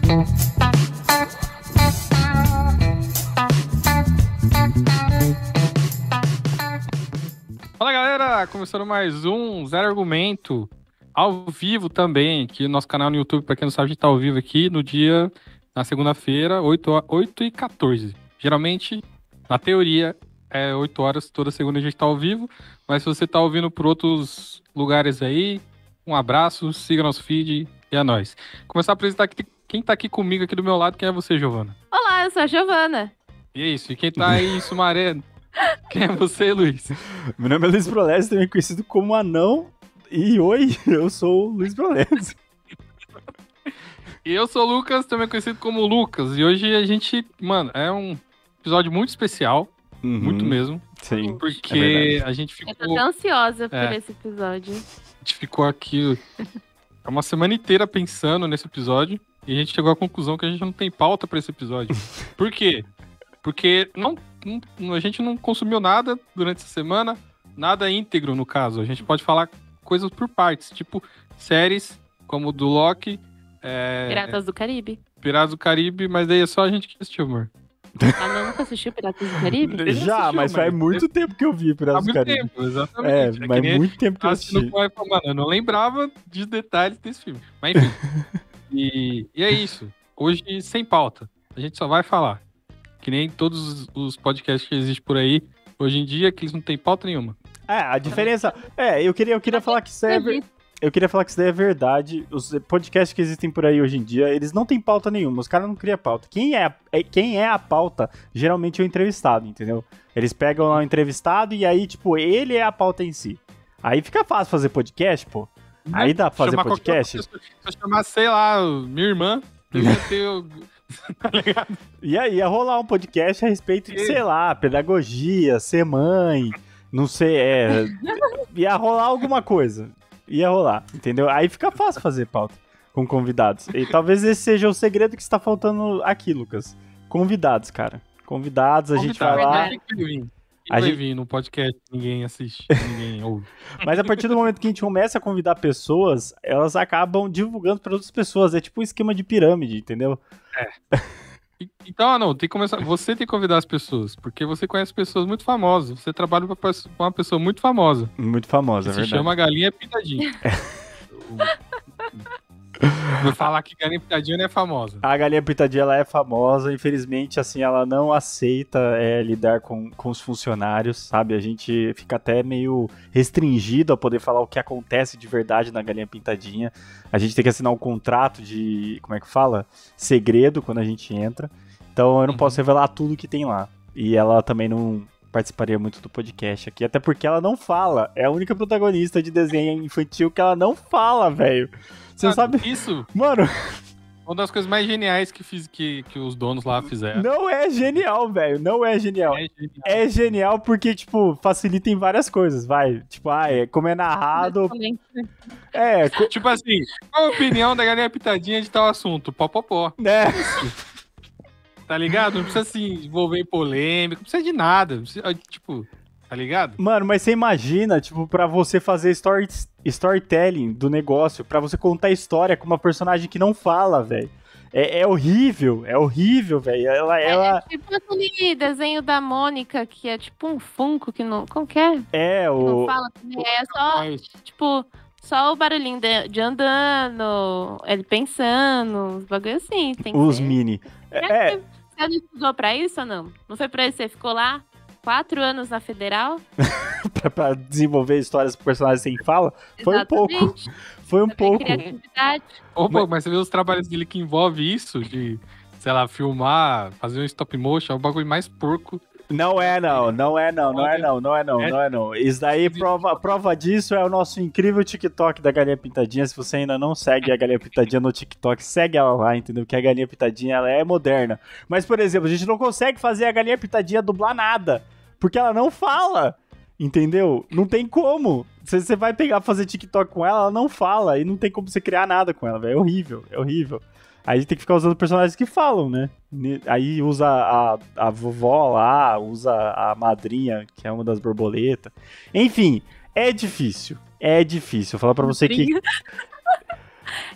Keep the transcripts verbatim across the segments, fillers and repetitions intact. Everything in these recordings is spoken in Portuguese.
Fala galera, começando mais um Zero Argumento, ao vivo também, aqui no nosso canal no YouTube, pra quem não sabe, a gente tá ao vivo aqui no dia, na segunda-feira, oito e quatorze. Geralmente, na teoria, é oito horas, toda segunda a gente tá ao vivo, mas se você tá ouvindo por outros lugares aí, um abraço, siga nosso feed e é nóis. Começar a apresentar aqui, quem tá aqui comigo, aqui do meu lado, quem é você, Giovana? Olá, eu sou a Giovana. E é isso, e quem tá aí em Sumaré, quem é você, Luiz? Meu nome é Luiz Brolesi, também conhecido como Anão. E oi, eu sou o Luiz Brolesi. E eu sou o Lucas, também conhecido como Lucas. E hoje a gente, mano, é um episódio muito especial. Uhum, muito mesmo. Sim. Porque é a gente ficou. Eu tô ansiosa por é, esse episódio. A gente ficou aqui uma semana inteira pensando nesse episódio. E a gente chegou à conclusão que a gente não tem pauta pra esse episódio. Por quê? Porque não, não, a gente não consumiu nada durante essa semana. Nada íntegro, no caso. A gente pode falar coisas por partes. Tipo, séries como do Loki. É, Piratas do Caribe. Piratas do Caribe, mas daí é só a gente que assistiu, amor. Ah, não, nunca assistiu Piratas do Caribe? Já, assistiu, mas faz mas... muito tempo que eu vi Piratas do Caribe. Há muito tempo, exatamente. É, é mas muito tempo que eu assisti. assisti. Mano, eu não lembrava de detalhes desse filme. Mas enfim. e, e é isso. Hoje, sem pauta. A gente só vai falar. Que nem todos os podcasts que existem por aí, hoje em dia, que eles não têm pauta nenhuma. É, a diferença... É, eu queria, eu queria falar que isso é... ver- Eu queria falar que isso daí é verdade. Os podcasts que existem por aí hoje em dia, eles não têm pauta nenhuma. Os caras não criam pauta. Quem é, é, quem é a pauta, geralmente é o entrevistado, entendeu? Eles pegam lá o entrevistado e aí, tipo, ele é a pauta em si. Aí fica fácil fazer podcast, pô. Aí dá pra fazer Chamar podcast. qualquer pessoa, se eu chamar, sei lá, minha irmã, eu ia ter... o- tá ligado? E aí ia rolar um podcast a respeito de, E- sei lá, pedagogia, ser mãe, não sei, é... Ia rolar alguma coisa. Ia rolar, entendeu? Aí fica fácil fazer pauta com convidados. E talvez esse seja o segredo que está faltando aqui, Lucas. Convidados, cara. Convidados, a gente vai Convidado, lá... quem que vai vir? Quem A vai gente- vir no podcast, ninguém assiste, ninguém ouve. Mas a partir do momento que a gente começa a convidar pessoas, elas acabam divulgando para outras pessoas. É tipo um esquema de pirâmide, entendeu? E- Então, não, tem que começar. Você tem que convidar as pessoas, porque você conhece pessoas muito famosas. Você trabalha com uma pessoa- com uma pessoa muito famosa. Muito famosa, Que é se verdade. chama Galinha Pintadinha. Vou falar que Galinha Pintadinha não é famosa. A Galinha Pintadinha, ela é famosa, infelizmente, assim, ela não aceita é, lidar com, com os funcionários, sabe? A gente fica até meio restringido a poder falar o que acontece de verdade na Galinha Pintadinha. A gente tem que assinar um contrato de, como é que fala? Segredo quando a gente entra. Então eu não Uhum. posso revelar tudo que tem lá. E ela também não participaria muito do podcast aqui, até porque ela não fala. É a única protagonista de desenho infantil que ela não fala, velho. Você não Sabe, sabe... Isso, Mano... uma das coisas mais geniais que, fiz, que, que os donos lá fizeram. Não é genial, velho. Não é genial. É genial. É genial porque, tipo, facilita em várias coisas, vai. Tipo, ah, é, como é narrado. É, co- Tipo assim, qual a opinião da Galinha Pintadinha de tal assunto? Pó, pó, pó. né? Tá ligado? Não precisa se envolver em polêmica, não precisa de nada. Não precisa, tipo, tá ligado? Mano, mas você imagina, tipo, pra você fazer story, storytelling do negócio, pra você contar a história com uma personagem que não fala, velho. É, é horrível, é horrível, velho. Ela, ela É tipo aquele desenho da Mônica, que é tipo um Funko, que não... Como que é? é Que não o. fala também. É só, Mas, tipo, só o barulhinho de, de andando, ele pensando, os bagulho assim. Tem que Os ser. mini. É, é, Você não estudou pra isso ou não? Não foi pra isso? Você ficou lá quatro anos na Federal? pra, pra desenvolver histórias com personagens sem fala, foi um pouco. Exatamente. Foi um Pra ter pouco. criatividade. Ô, pô, mas você vê os trabalhos dele que envolve isso, de, sei lá, filmar, fazer um stop motion, é o bagulho mais porco. Não é não, não é não, não é não, não é não, não é não. Isso daí, prova, prova disso é o nosso incrível TikTok da Galinha Pintadinha. Se você ainda não segue a Galinha Pintadinha no TikTok, segue ela lá, entendeu? Que a Galinha Pintadinha, ela é moderna. Mas, por exemplo, a gente não consegue fazer a Galinha Pintadinha dublar nada, porque ela não fala, entendeu? Não tem como. Se você vai pegar fazer TikTok com ela, ela não fala, e não tem como você criar nada com ela, velho. É horrível, é horrível. Aí a gente tem que ficar usando personagens que falam, né? Aí usa a, a vovó lá, usa a madrinha, que é uma das borboletas. Enfim, é difícil. É difícil. Vou falar pra você que...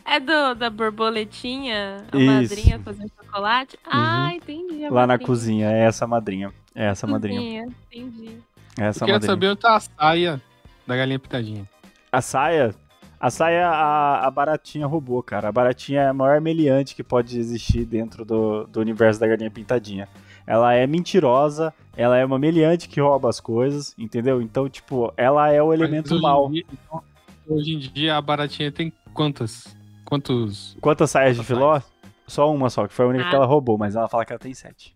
É do, da borboletinha, a Isso. madrinha fazendo chocolate? Ah, entendi. a Lá na madrinha. cozinha, é essa madrinha. É essa madrinha. Cozinha, entendi. É essa Eu queria madrinha. saber onde tá a saia da galinha pitadinha. A saia, a saia a, a baratinha roubou, cara. A baratinha é a maior meliante que pode existir dentro do, do universo da galinha pintadinha. Ela é mentirosa, ela é uma meliante que rouba as coisas, entendeu? Então, tipo, ela é o Mas elemento hoje em mal. dia- então, hoje em dia a baratinha tem quantas? Quantos? Quantas saias de Quantas filó? Só uma só, que foi a única Ah. que ela roubou, mas ela fala que ela tem sete.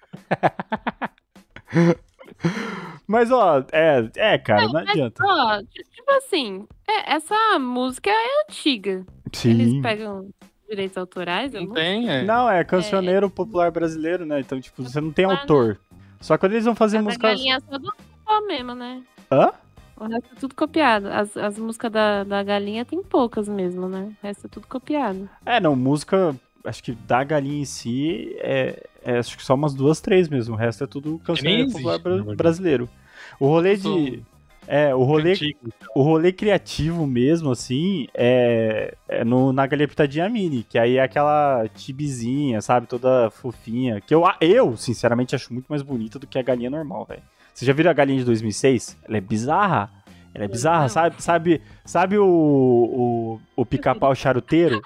Mas, ó, é, é cara, não Mas, adianta. ó, ti- tipo assim, é, essa música é antiga. Eles Sim. pegam direitos autorais? Eu Não não tem, é. Não, é cancioneiro popular brasileiro, né? Então, tipo, você não tem Ah, autor. Só que quando eles vão fazer A da músicas. galinha é só do pó mesmo, né? Hã? O resto é tudo copiado. As, as músicas da, da galinha tem poucas mesmo, né? O resto é tudo copiado. É, não, música. Acho que da galinha em si é, é acho que só umas duas, três mesmo. O resto é tudo cancioneiro existe, popular bra- na verdade. brasileiro. O rolê São de. É, o rolê, Antigo. o rolê criativo mesmo, assim, é, é no, na Galinha Pitadinha Mini, que aí é aquela tibizinha, sabe, toda fofinha, que eu, eu, sinceramente, acho muito mais bonita do que a galinha normal, velho. Você já viram a galinha de dois mil e seis? Ela é bizarra. Ela é bizarra, Não. sabe, sabe, sabe o, o, o pica-pau charuteiro?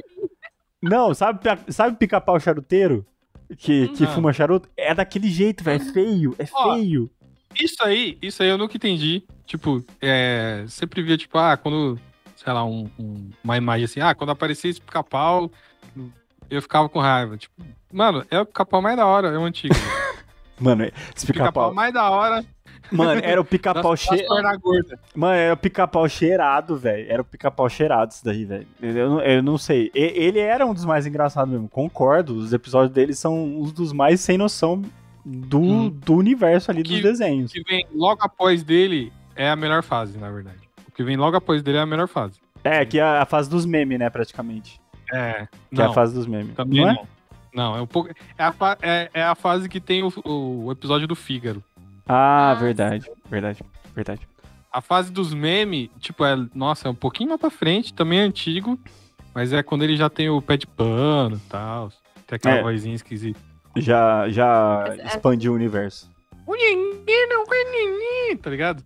Não, sabe, sabe o pica-pau charuteiro? Que, que Não. fuma charuto? É daquele jeito, velho, é feio, é Ó, feio. Isso aí, isso aí eu nunca entendi. Tipo, é, sempre via, tipo, ah, quando, sei lá, um- um- uma imagem assim, ah, quando aparecia esse pica-pau, eu ficava com raiva. Tipo, mano, é o pica-pau mais da hora, é o antigo. Mano, esse Pica-pau pica-pau... mais da hora Mano, era o das, pica-pau das cheirado. pernas gordas. Mano, era o pica-pau cheirado, velho. Era o pica-pau cheirado isso daí, velho. Eu, não- eu não sei. E- ele era um dos mais engraçados mesmo, concordo. Os episódios dele são uns dos mais sem noção do, Hum. do universo ali Que- dos desenhos. O que vem logo após dele é a melhor fase, na verdade. O que vem logo após dele é a melhor fase. É, que é a fase dos memes, né, praticamente. É, Que é não, a fase dos memes. também Não não. é? Não, é um pouco. É a, fa- é, é a fase que tem o, o episódio do Fígaro. Ah, Ah, verdade. Verdade. Verdade. A fase dos memes, tipo, é. Nossa, é um pouquinho mais pra frente, também é antigo. Mas é quando ele já tem o pé de pano e tal. Tem aquela É. vozinha esquisita. Já, já Essa- expandiu o universo. O ninguém não é ninguém, tá ligado?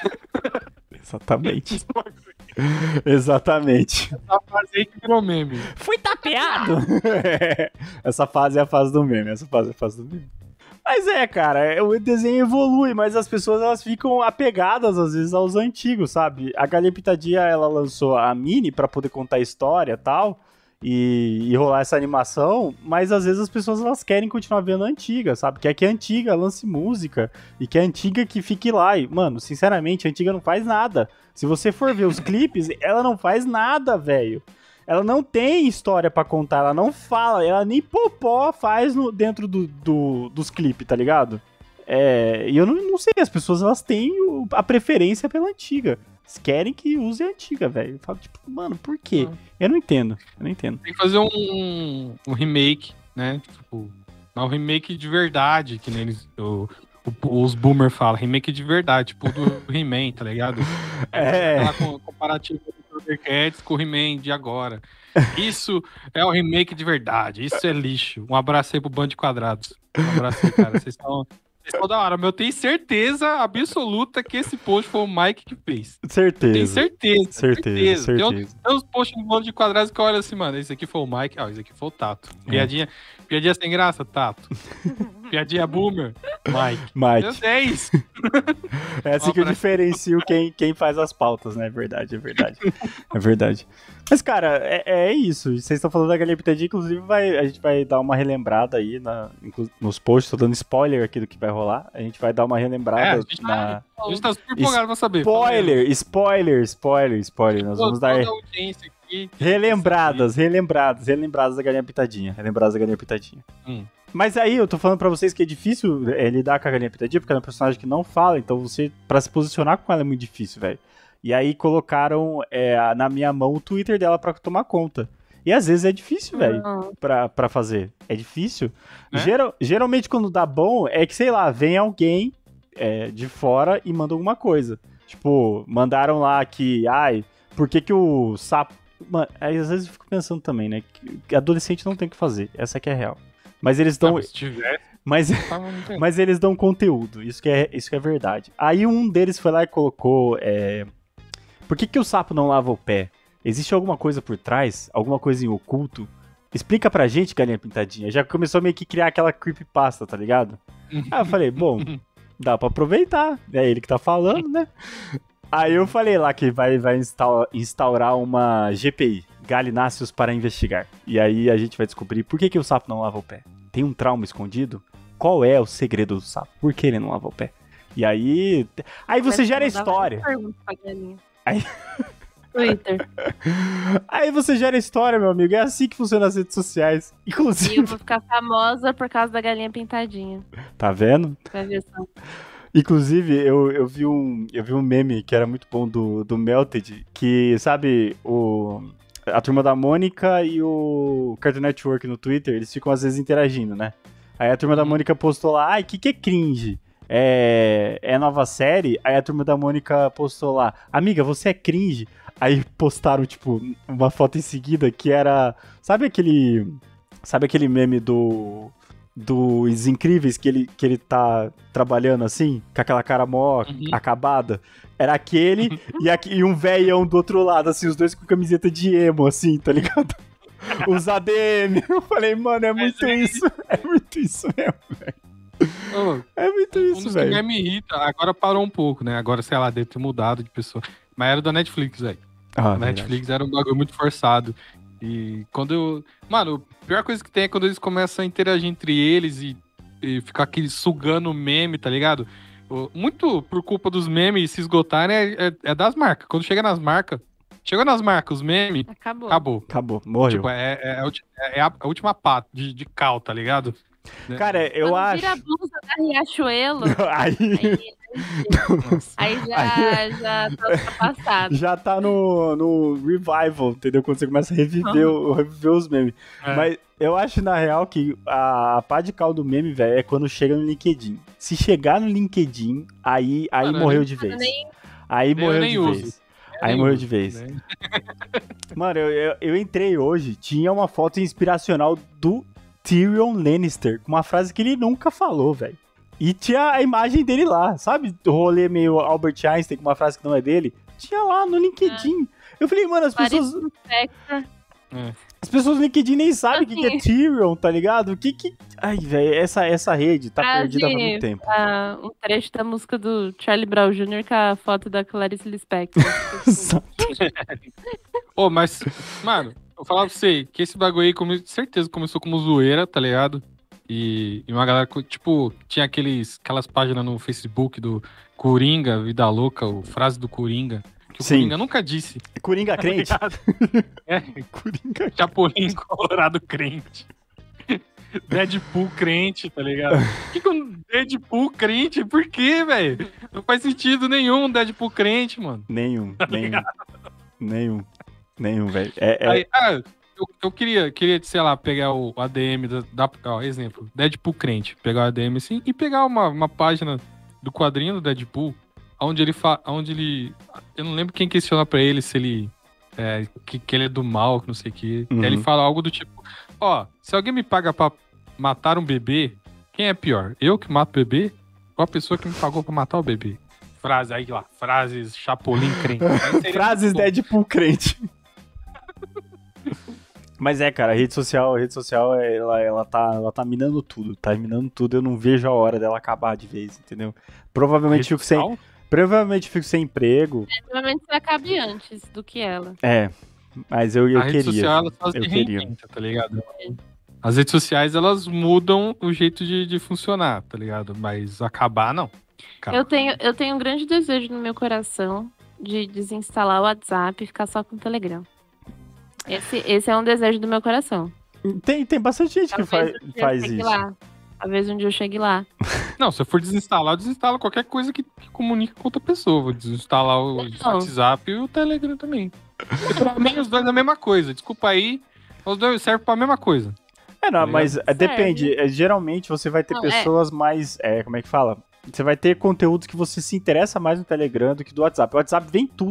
Exatamente. Exatamente. Essa fase aí que virou meme. Fui tapeado! Essa fase é a fase do meme. Essa fase é a fase do meme. Mas é, cara, o desenho evolui, mas as pessoas elas ficam apegadas às vezes aos antigos, sabe? A Galinha Pitadinha, ela lançou a Mini pra poder contar a história e tal, e, e rolar essa animação, mas às vezes as pessoas elas querem continuar vendo a antiga, sabe? Quer que a antiga lance música e que a antiga que fique lá. E, mano, sinceramente, a antiga não faz nada. Se você for ver os clipes, ela não faz nada, velho. Ela não tem história pra contar, ela não fala, ela nem popó faz no, dentro do, do- dos clipes, tá ligado? É, e eu não, não sei, as pessoas elas têm o- a preferência pela antiga. Eles querem que use a antiga, velho. Eu falo, tipo, mano, por quê? Ah. Eu não entendo, eu não entendo. Tem que fazer um, um remake, né? Tipo, um remake de verdade, que nem eles, o, o- os boomer falam. Remake de verdade, tipo do He-Man, tá ligado? É. Aquela com- comparativa do Thundercats com o He-Man de agora. Isso é o remake de verdade. Isso é lixo. Um abraço aí pro Bando de Quadrados. Um abraço aí, cara. Vocês estão... Vocês estão da hora, mas eu tenho certeza absoluta que esse post foi o Mike que fez. Certeza. Tenho certeza. Certeza, Tem, um- certeza. tem uns posts no Bando de Quadrados que eu olho assim, mano, esse aqui foi o Mike, ah, esse aqui foi o Tato. É. Piadinha, piadinha sem graça, Tato. Piadinha boomer, Mike. Mike, Meu Deus. é assim que eu Obra- diferencio quem, quem faz as pautas, né? É verdade, é verdade. É verdade. Mas, cara, é, é isso. Vocês estão falando da Galinha Pitadinha, inclusive vai, a gente vai dar uma relembrada aí na, inclu- nos posts. Tô dando spoiler aqui do que vai rolar. A gente vai dar uma É, relembrada a gente na... A gente tá super empolgado pra saber. Spoiler, spoiler, spoiler, spoiler. Nós vamos dar Toda a audiência aqui. relembradas, relembradas, relembradas da Galinha Pitadinha. Relembradas da Galinha Pitadinha. Hum. Mas aí eu tô falando pra vocês que é difícil é, lidar com a Galinha Pitadinha, porque ela é um personagem que não fala, então você, pra se posicionar com ela é muito difícil, velho. E aí colocaram é, a- na minha mão o Twitter dela pra tomar conta. E às vezes é difícil, velho, Não. pra, pra fazer. É difícil. Né? Geral- geralmente quando dá bom, é que, sei lá, vem alguém é, de fora e manda alguma coisa. Tipo, mandaram lá que, ai, por que que o sapo, Mano, aí às vezes eu fico pensando também, né? Que adolescente não tem o que fazer. Essa que é a real. Mas eles dão. Não, mas se tivesse, Mas, tava não tem. mas eles dão conteúdo. Isso que, é, isso que é verdade. Aí um deles foi lá e colocou. É... Por que, que o sapo não lava o pé? Existe alguma coisa por trás? Alguma coisa em oculto? Explica pra gente, galinha pintadinha. Já começou meio que criar aquela creepypasta, tá ligado? Aí eu falei, bom, dá pra aproveitar. É ele que tá falando, né? Aí eu falei lá que vai, vai instaurar, instaurar uma G P I, Galináceos para investigar. E aí a gente vai descobrir por que, que o sapo não lava o pé. Tem um trauma escondido? Qual é o segredo do sapo? Por que ele não lava o pé? E aí... Aí você gera história. Aí... Twitter. Aí você gera história, meu amigo. É assim que funciona as redes sociais. Inclusive... E eu vou ficar famosa por causa da galinha pintadinha. Tá vendo? Vai ver só. Inclusive, eu, eu, vi um, eu vi um meme que era muito bom do, do Melted, que, sabe, o, a Turma da Mônica e o Cartoon Network no Twitter, eles ficam às vezes interagindo, né? Aí a Turma da Mônica postou lá, ai, o que, que é cringe? É, é nova série? Aí a Turma da Mônica postou lá, amiga, você é cringe? Aí postaram, tipo, uma foto em seguida que era, sabe aquele, sabe aquele meme do... dos Incríveis, que ele, que ele tá trabalhando assim, com aquela cara mó Uhum. acabada. Era aquele e, aqui, e um velhão do outro lado, assim, os dois com camiseta de emo, assim, tá ligado? Os A D M. Eu falei, mano, é muito isso. É muito isso mesmo, velho. Ô, É muito um isso, dos que velho. mais me irrita, agora parou um pouco, né? Agora, sei lá, deve ter mudado de pessoa. Mas era da Netflix, velho. Ah, A Netflix era um bagulho muito forçado. E quando eu... Mano, a pior coisa que tem é quando eles começam a interagir entre eles e, e ficar aquele sugando meme, tá ligado? O- Muito por culpa dos memes se esgotarem é, é- é das marcas. Quando chega nas marcas, chegou nas marcas, os memes, Acabou. acabou. Acabou, morreu. Tipo, é, é, a ulti- é a, a última pata de, de cal, tá ligado? Cara, eu Quando acho... vira a blusa da Riachuelo, Aí aí, aí já, já tá ultrapassado. já tá no, no revival, entendeu? Quando você começa a reviver, o- reviver os memes. É. Mas eu acho, na real, que a, a pá de cal do meme, velho, é quando chega no LinkedIn. Se chegar no LinkedIn, aí, aí Mano, eu morreu nem- de vez. nem- Aí eu morreu nem de uso. vez. Aí morreu de vez. Né? Mano, eu, eu, eu entrei hoje, tinha uma foto inspiracional do Tyrion Lannister, com uma frase que ele nunca falou, velho. E tinha a imagem dele lá, sabe? O rolê meio Albert Einstein, com uma frase que não é dele. Tinha lá no LinkedIn. Eu falei, mano, as pessoas... Clarice Lispector. As pessoas no LinkedIn nem sabem o que, que é Tyrion, tá ligado? O que que... Ai, velho, essa, essa rede tá Frase, perdida há muito tempo. ah, um trecho da música do Charlie Brown Júnior com a foto da Clarice Lispector. Ô, mas, mano, eu falar pra você que esse bagulho aí, come, certeza, começou como zoeira, tá ligado? E, e uma galera, co- tipo, tinha aqueles, aquelas páginas no Facebook do Coringa, Vida Louca, o frase do Coringa, que o Sim. Coringa nunca disse. Coringa crente? Tá É, Coringa Chapolin Colorado crente. Deadpool crente, tá ligado? Que que um Deadpool crente? Por quê, velho? Não faz sentido nenhum um Deadpool crente, mano. Nenhum, nenhum. Nenhum. Nenhum, velho. É, é... Aí, ah, eu, eu queria, queria, sei lá, pegar o A D M da, da ó, exemplo, Deadpool crente, pegar o A D M assim e pegar uma, uma página do quadrinho do Deadpool, onde ele fa, onde ele, eu não lembro quem questiona pra ele se ele é, que, que ele é do mal, que não sei o que. Uhum. Aí ele fala algo do tipo, ó, se alguém me paga pra matar um bebê, quem é pior? Eu que mato o bebê ou a pessoa que me pagou pra matar o bebê? Frase aí lá, frases Chapolin crente. Aí seria Frases muito bom. Deadpool crente. Mas é, cara, a rede social, a rede social, ela, ela, tá, ela tá minando tudo, tá minando tudo, eu não vejo a hora dela acabar de vez, entendeu? Provavelmente Rede fico sem, social? provavelmente fico sem emprego, Provavelmente você acabe antes do que ela. é, mas eu, eu a rede queria, social, ela só se eu queria. reinventa, tá ligado? As redes sociais, elas mudam o jeito de, de funcionar, tá ligado? Mas acabar, não. Acaba. Eu tenho, eu tenho um grande desejo no meu coração de desinstalar o WhatsApp e ficar só com o Telegram. Esse, esse é um desejo do meu coração. Tem, tem bastante gente que faz, um dia eu faz chegue isso. lá. Talvez um dia eu chegue lá. Não, se eu for desinstalar, eu desinstalo qualquer coisa que, que comunique com outra pessoa. Vou desinstalar o Não. WhatsApp e o Telegram também. E pra mim, os dois é a mesma coisa. Desculpa aí, os dois servem pra mesma coisa. É, não, Tá mas é, depende, é, geralmente você vai ter Não, é. pessoas mais, é, como é que fala? Você vai ter conteúdos que você se interessa mais no Telegram do que do WhatsApp. O WhatsApp vem tudo, mano.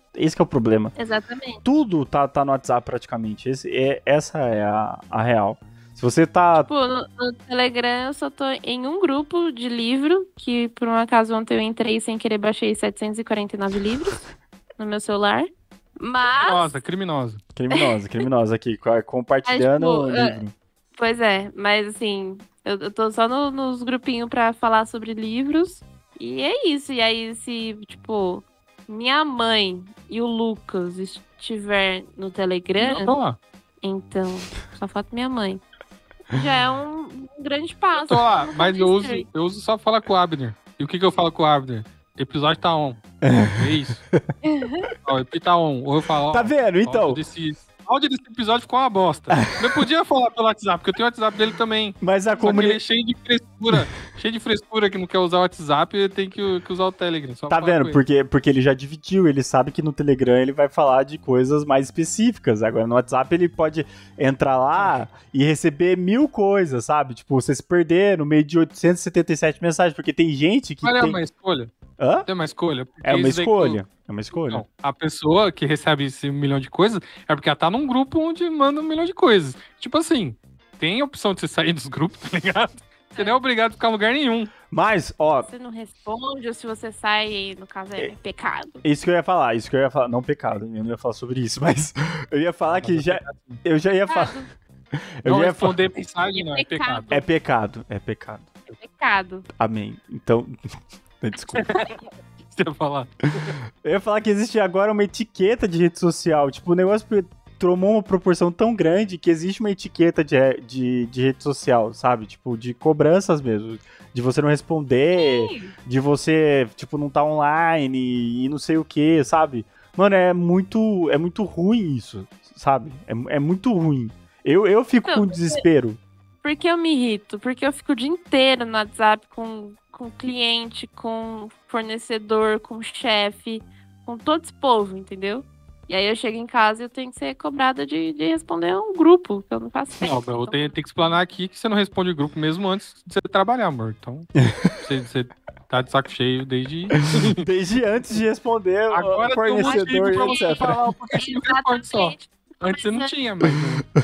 Esse que é o problema. Exatamente. Tudo tá, tá no WhatsApp praticamente. Esse, é, essa é a, a real. Se você tá... Tipo, no, no Telegram eu só tô em um grupo de livro, que por um acaso ontem eu entrei sem querer, baixei setecentos e quarenta e nove livros no meu celular. Mas... Criminosa, criminosa. Criminosa, criminosa aqui, co- compartilhando o Mas, tipo, livro. Pois é, mas assim, eu, eu tô só no- nos grupinhos pra falar sobre livros. E é isso. E aí, se, tipo, minha mãe e o Lucas estiver no Telegram, Eu tô lá. então, só falta minha mãe. Já é um, um grande passo. Tô lá, mas eu uso, Sim. eu uso só falar com o Abner. E o que que eu falo com o Abner? Episódio tá on. É isso. Ó, o episódio tá on. Ou eu falo, ó, Tá vendo? Então, áudio desse, áudio desse episódio ficou uma bosta. Eu podia falar pelo WhatsApp, porque eu tenho o WhatsApp dele também. mas a Só que ele comunidade... é cheio de frescura. Cheio de frescura que não quer usar o WhatsApp e tem que, que usar o Telegram. Só Tá falar com vendo? ele. Porque, porque ele já dividiu, ele sabe que no Telegram ele vai falar de coisas mais específicas. Agora no WhatsApp ele pode entrar lá e receber mil coisas, sabe? Tipo, você se perder no meio de oitocentas e setenta e sete mensagens, porque tem gente que Mas é tem... uma escolha. Hã? É uma escolha. porque É uma isso daí que eu- escolha. É uma escolha. Não, a pessoa que recebe esse milhão de coisas é porque ela tá num grupo onde manda um milhão de coisas. Tipo assim, tem a opção de você sair dos grupos, tá ligado? Você não é obrigado a ficar em lugar nenhum. Mas, ó, Você não responde, ou se você sai, no caso, é pecado. isso que eu ia falar, isso que eu ia falar. Não pecado, eu não ia falar sobre isso, mas eu ia falar que já. Eu já ia falar. Pecado. Eu Não já ia falar. responder mensagem não, é pecado. É pecado, é pecado. É pecado. Amém. Então. Desculpa. Você ia falar. Eu ia falar que existe agora uma etiqueta de rede social. Tipo, o negócio tomou uma proporção tão grande que existe uma etiqueta de, de, de rede social, sabe? Tipo, de cobranças mesmo. De você não responder, Sim. de você, tipo, não tá online e não sei o que, sabe? Mano, é muito, é muito ruim isso, sabe? É, é muito ruim. Eu, eu fico Então, com desespero. Por que eu me irrito? Porque eu fico o dia inteiro no WhatsApp com, com cliente, com fornecedor, com chefe, com todo esse povo, entendeu? E aí eu chego em casa e eu tenho que ser cobrada de, de responder um grupo, que eu não faço Não, tempo. eu tenho, tenho que explanar aqui que você não responde o grupo mesmo antes de você trabalhar, amor. Então, você, você tá de saco cheio desde. Desde antes de responder o Agora tem um fornecedor, motivo pra você etcétera. falar porque você não responde só. Exatamente. Antes você não Mas, tinha, mas.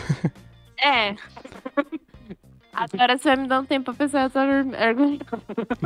É. Agora você vai me dar um tempo pra pensar essa argumento.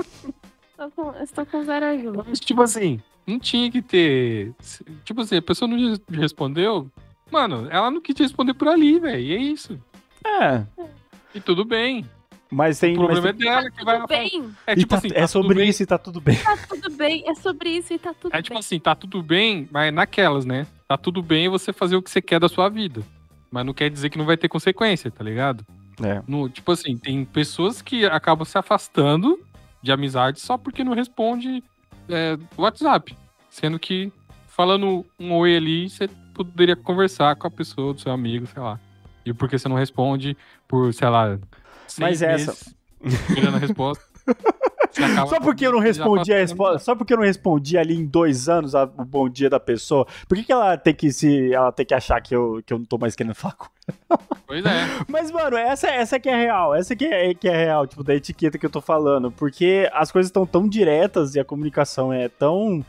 Estou com, estou com zero argumento. Mas, tipo assim, não tinha que ter. Tipo assim, a pessoa não res- respondeu. Mano, ela não quis te responder por ali, velho. E é isso. É, E tudo bem. mas tem. O problema mas é tem- dela que vai lá Tudo falar. bem, É e tipo tá- assim, é tá tudo sobre bem. isso e tá tudo bem. tá tudo bem. É sobre isso e tá tudo É tipo bem. assim, tá tudo bem, mas naquelas, né? Tá tudo bem você fazer o que você quer da sua vida. Mas não quer dizer que não vai ter consequência, tá ligado? É. No, tipo assim, tem pessoas que acabam se afastando de amizade só porque não responde é, WhatsApp. Sendo que falando um oi ali, você poderia conversar com a pessoa, do seu amigo, sei lá. E porque você não responde por, sei lá, seis Mas essa- meses esperando a resposta. você acaba- Só porque eu não já respondi a afastando. resposta, só porque eu não respondi ali em dois anos a- o bom dia da pessoa, por que, que ela tem que se ela tem que achar que eu, que eu não tô mais querendo falar com ela? Pois é. Mas, mano, essa, essa que é real, essa que é, que é real, tipo, da etiqueta que eu tô falando, porque as coisas estão tão diretas e a comunicação é tão,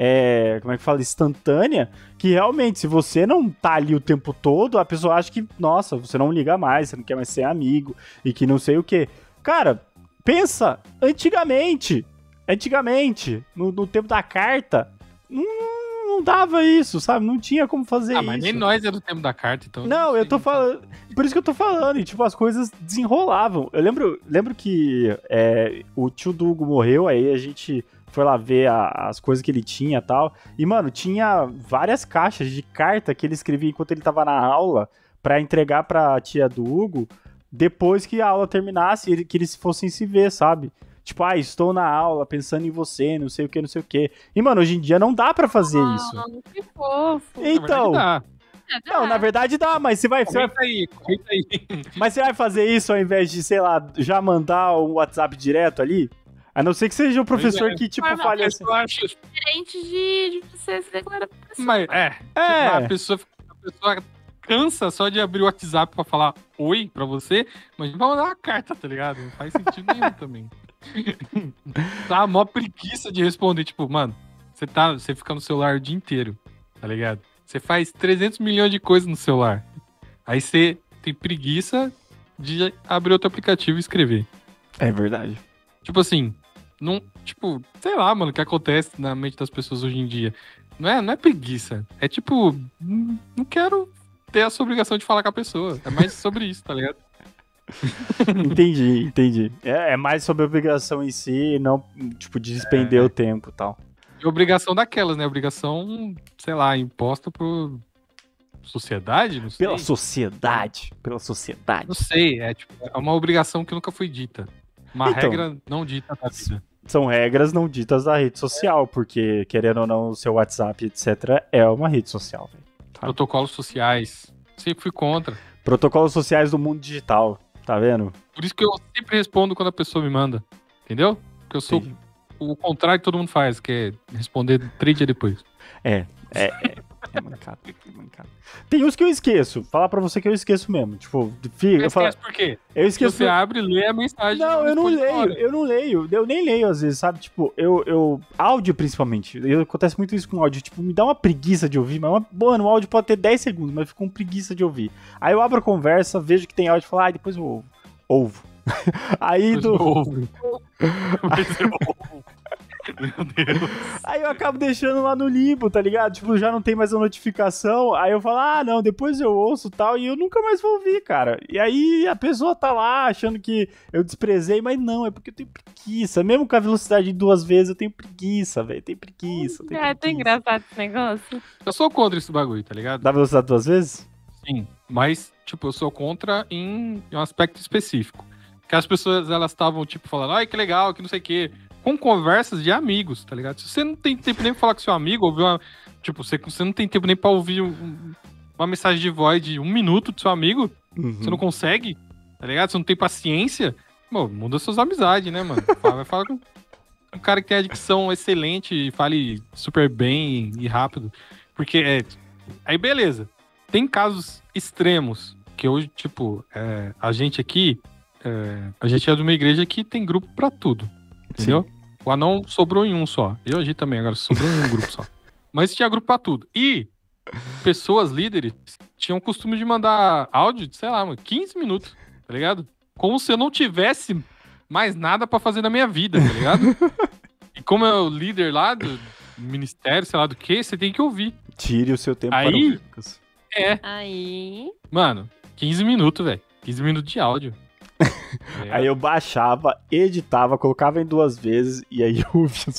é, como é que fala, instantânea, que realmente, se você não tá ali o tempo todo, a pessoa acha que, nossa, você não liga mais, você não quer mais ser amigo, e que não sei o quê. Cara, pensa, antigamente, antigamente, no, no tempo da carta, não, não dava isso, sabe? Não tinha como fazer Ah, isso. mas nem nós é do tempo da carta, então. Não, sei, eu tô sabe. falando. Por isso que eu tô falando. E, tipo, as coisas desenrolavam. Eu lembro, lembro que é, o tio do Hugo morreu, aí a gente foi lá ver a- as coisas que ele tinha e tal. E, mano, tinha várias caixas de carta que ele escrevia enquanto ele tava na aula pra entregar pra tia do Hugo depois que a aula terminasse e ele- que eles fossem se ver, sabe? Tipo, ah, estou na aula pensando em você, não sei o que, não sei o que. E, mano, hoje em dia não dá pra fazer isso. Ah, que fofo. Na verdade, Então, dá. não, na verdade dá, mas você vai, você vai Comenta aí, comenta aí. Mas você vai fazer isso ao invés de, sei lá, já mandar o WhatsApp direto ali? A não ser que seja o professor é. que, tipo, Forma- fale Mas assim. eu acho. Diferente de, de você se declarar pra pessoa. Mas, é, É. tipo, a pessoa, a pessoa cansa só de abrir o WhatsApp pra falar oi pra você, mas vai mandar uma carta, tá ligado? Não faz sentido nenhum também. Tá a maior preguiça de responder, tipo, mano, você tá, você fica no celular o dia inteiro, tá ligado? Você faz trezentos milhões de coisas no celular. Aí você tem preguiça de abrir outro aplicativo e escrever. É verdade. Tipo assim, não, tipo, sei lá, mano, o que acontece na mente das pessoas hoje em dia. Não é, não é preguiça. É tipo, hum, não quero ter essa obrigação de falar com a pessoa. É mais sobre isso, tá ligado? Entendi, entendi. É, é mais sobre a obrigação em si e não, tipo, de despender É. o tempo e tal. E obrigação daquelas, né? Obrigação, sei lá, imposta por sociedade? Não sei. Pela sociedade. Pela sociedade. Não sei, é, tipo, é uma obrigação que nunca foi dita. Uma Então. regra não dita da vida. São regras não ditas da rede social, porque, querendo ou não, o seu WhatsApp, etcétera, é uma rede social, velho. Tá? Protocolos sociais. Sempre fui contra. Protocolos sociais do mundo digital, tá vendo? Por isso que eu sempre respondo quando a pessoa me manda. Entendeu? Porque eu sou Entendi. o contrário que todo mundo faz, que é responder três dias depois. É, é, é. É mancado, é mancado. Tem uns que eu esqueço. Falar pra você que eu esqueço mesmo. Tipo, filho, eu Mas falo. esquece por quê? Eu Porque esqueço. você abre, lê a mensagem. Não, eu não responde na leio, hora. eu não leio, eu nem leio às vezes, sabe? Tipo, eu, eu áudio principalmente, eu, acontece muito isso com áudio, tipo, me dá uma preguiça de ouvir, mas, uma, mano, o áudio pode ter dez segundos, mas eu fico com preguiça de ouvir. Aí eu abro a conversa, vejo que tem áudio e falo, ah, depois eu ouvo. Ouvo. Aí Depois do... eu ouvo. Depois eu ouvo. Meu Deus. Aí eu acabo deixando lá no limbo, tá ligado? Tipo, já não tem mais a notificação. Aí eu falo, ah, não, depois eu ouço e tal. E eu nunca mais vou ouvir, cara. E aí a pessoa tá lá achando que eu desprezei, mas não, é porque eu tenho preguiça. Mesmo com a velocidade de duas vezes, eu tenho preguiça, velho. Tem preguiça. Tenho É, tão preguiça. engraçado esse negócio. Eu sou contra esse bagulho, tá ligado? Dá velocidade duas vezes? Sim. Mas, tipo, eu sou contra em um aspecto específico. Que as pessoas, elas estavam, tipo, falando, ai, que legal, que não sei o quê. Com conversas de amigos, tá ligado? Se você não tem tempo nem pra falar com seu amigo, ouvir uma. Tipo, você, você não tem tempo nem pra ouvir um- uma mensagem de voz de um minuto do seu amigo, Uhum. você não consegue, tá ligado? Você não tem paciência, mano, muda suas amizades, né, mano? Fala, vai falar com um cara que tem a dicção excelente e fale super bem e rápido. Porque é. Aí, beleza. Tem casos extremos que hoje, tipo, é, a gente aqui. é, a gente é de uma igreja que tem grupo pra tudo. Entendeu? O anão sobrou em um só. Eu agi também, agora sobrou em um grupo só. Mas tinha grupo pra tudo. E pessoas líderes tinham o costume de mandar áudio de, sei lá, mano, quinze minutos, tá ligado? Como se eu não tivesse mais nada pra fazer na minha vida, tá ligado? E como é o líder lá do ministério, sei lá do que, você tem que ouvir. Tire o seu tempo Aí- para ouvir, Lucas. É, Aí. mano, quinze minutos, velho. quinze minutos de áudio. Tá ligado? Aí eu baixava, editava, colocava em duas vezes e aí eu ouvia as...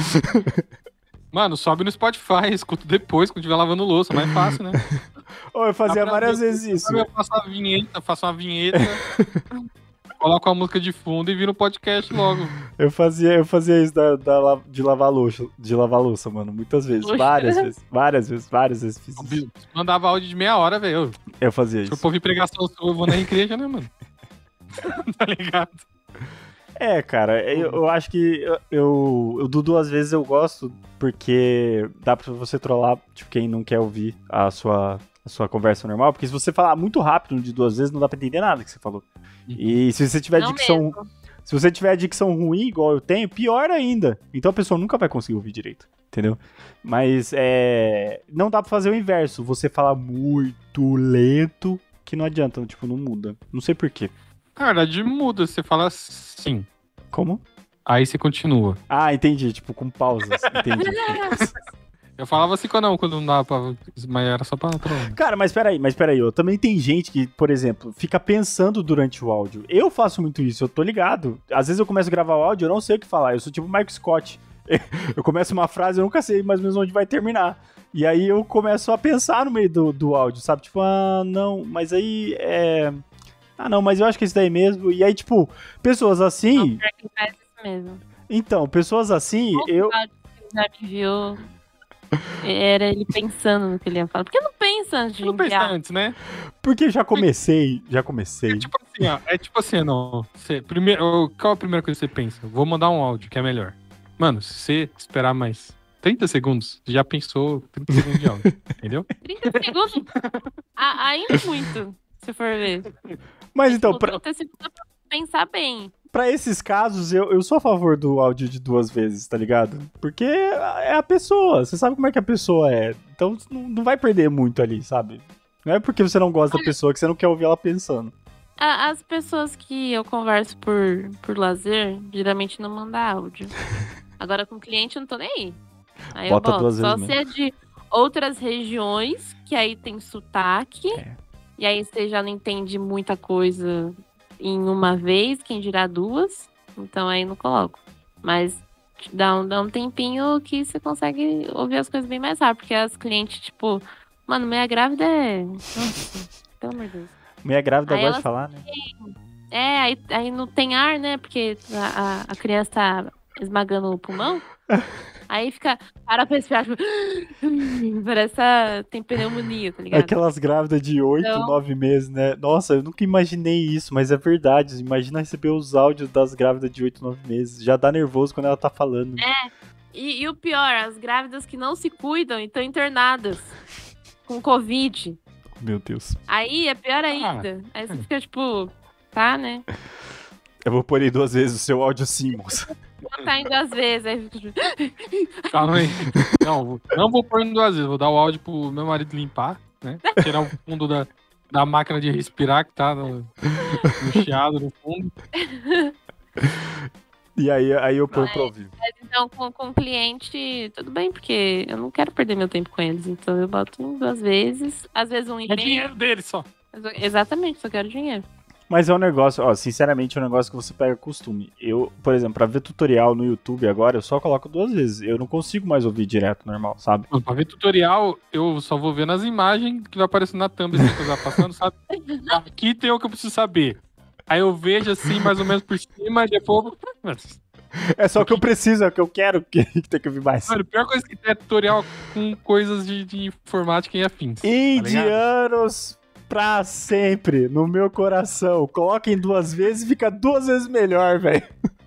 Mano, sobe no Spotify, escuta depois, quando estiver lavando louça, mais fácil, né? Ô, eu fazia Dá pra várias ver- vezes isso. Eu faço uma vinheta, faço uma vinheta, coloco a música de fundo e viro um podcast logo. Eu fazia, eu fazia isso da, da la- de lavar louça, de lavar louça, mano, muitas vezes, Poxa. várias vezes, várias vezes, várias vezes fiz isso. Mandava áudio de meia hora, velho. Eu fazia Se eu isso. for ouvir pregação sua, eu vou na igreja, né, mano? Tá ligado? É, cara, eu, eu acho que eu, eu, eu do duas vezes eu gosto porque dá pra você trollar, tipo, quem não quer ouvir a sua, a sua conversa normal, porque se você falar muito rápido de duas vezes, não dá pra entender nada que você falou. E se você tiver Não dicção, mesmo. se você tiver dicção ruim, igual eu tenho, pior ainda. Então a pessoa nunca vai conseguir ouvir direito, entendeu? Mas é, não dá pra fazer o inverso, você falar muito lento, que não adianta, tipo, não muda. Não sei por quê. Na verdade, muda. Você fala sim. Como? Aí você continua. Ah, entendi, tipo, com pausas, entendi. Eu falava assim quando não, quando não dava pra. Mas era só pra trollar. Cara, mas peraí, mas peraí, ó, também tem gente que, por exemplo, fica pensando durante o áudio. Eu faço muito isso, eu tô ligado. Às vezes eu começo a gravar o áudio, eu não sei o que falar, eu sou tipo o Michael Scott. Eu começo uma frase, eu nunca sei mais ou menos onde vai terminar. E aí eu começo a pensar no meio do, do áudio, sabe? Tipo, ah, não, mas aí é... Ah, não, mas eu acho que é isso daí mesmo. E aí, tipo, pessoas assim... Pior que faz isso mesmo. Então, pessoas assim, eu... O áudio que já me viu era ele pensando no que ele ia falar. Por que não pensa antes de Não pensa enviar? antes, né? Porque já comecei, já É comecei. tipo assim, ó. É tipo assim, não. Você, primeiro, qual a primeira coisa que você pensa? Vou mandar um áudio, que é melhor. Mano, se você esperar mais trinta segundos, você já pensou trinta segundos de áudio, entendeu? trinta segundos? Ah, ainda muito, se for ver. Mas então, Tipo, pra... trinta segundos dá pra pensar bem. pra esses casos, eu, eu sou a favor do áudio de duas vezes, tá ligado? Porque é a pessoa, você sabe como é que a pessoa é. Então não, não vai perder muito ali, sabe? Não é porque você não gosta da pessoa que você não quer ouvir ela pensando. As pessoas que eu converso por, por lazer, geralmente não mandam áudio. Agora com cliente eu não tô nem aí. Aí Bota eu boto. duas Só vezes se é de outras regiões, que aí tem sotaque. É. E aí você já não entende muita coisa em uma vez, quem dirá duas. Então aí não coloco. Mas dá um, dá um tempinho que você consegue ouvir as coisas bem mais rápido. Porque as clientes, tipo, mano, meia grávida é. Nossa, pelo amor de Deus. Mulher grávida aí gosta de falar, né? É, aí, aí não tem ar, né? Porque a, a, a criança tá esmagando o pulmão. Aí fica, para pra respirar, tipo, parece que tem pneumonia, tá ligado? Aquelas grávidas de oito, então... nove meses, né? Nossa, eu nunca imaginei isso, mas é verdade. Imagina receber os áudios das grávidas de oito, nove meses. Já dá nervoso quando ela tá falando. É, e, e o pior, as grávidas que não se cuidam e estão internadas com Covid. Meu Deus. Aí é pior ainda. Ah. Aí você fica tipo, tá, né? Eu vou pôr aí duas vezes o seu áudio sim, moça. Não tá indo duas vezes. Aí fica... Calma aí. Não, não vou pôr indo duas vezes. Vou dar o áudio pro meu marido limpar, né? Tirar o fundo da, da máquina de respirar que tá no, no chiado no fundo. E aí, aí eu ponho pra ouvir. Mas então, com, com o cliente, tudo bem, porque eu não quero perder meu tempo com eles. Então eu boto um, duas vezes, às vezes um e-mail. É dinheiro dele só. Exatamente, só quero dinheiro. Mas é um negócio, ó, sinceramente é um negócio que você pega costume. Eu, por exemplo, pra ver tutorial no YouTube agora, eu só coloco duas vezes. Eu não consigo mais ouvir direto, normal, sabe? Pra ver tutorial, eu só vou ver nas imagens que vai aparecendo na thumb, assim, que vai passando, sabe? Aqui tem o que eu preciso saber. Aí eu vejo assim, mais ou menos por cima, e depois... É só o que eu preciso, é o que eu quero que tem que ouvir mais. Mano, a pior coisa que tem é tutorial com coisas de, de informática e afins. Indianos tá pra sempre, no meu coração. Coloquem duas vezes e fica duas vezes melhor, velho.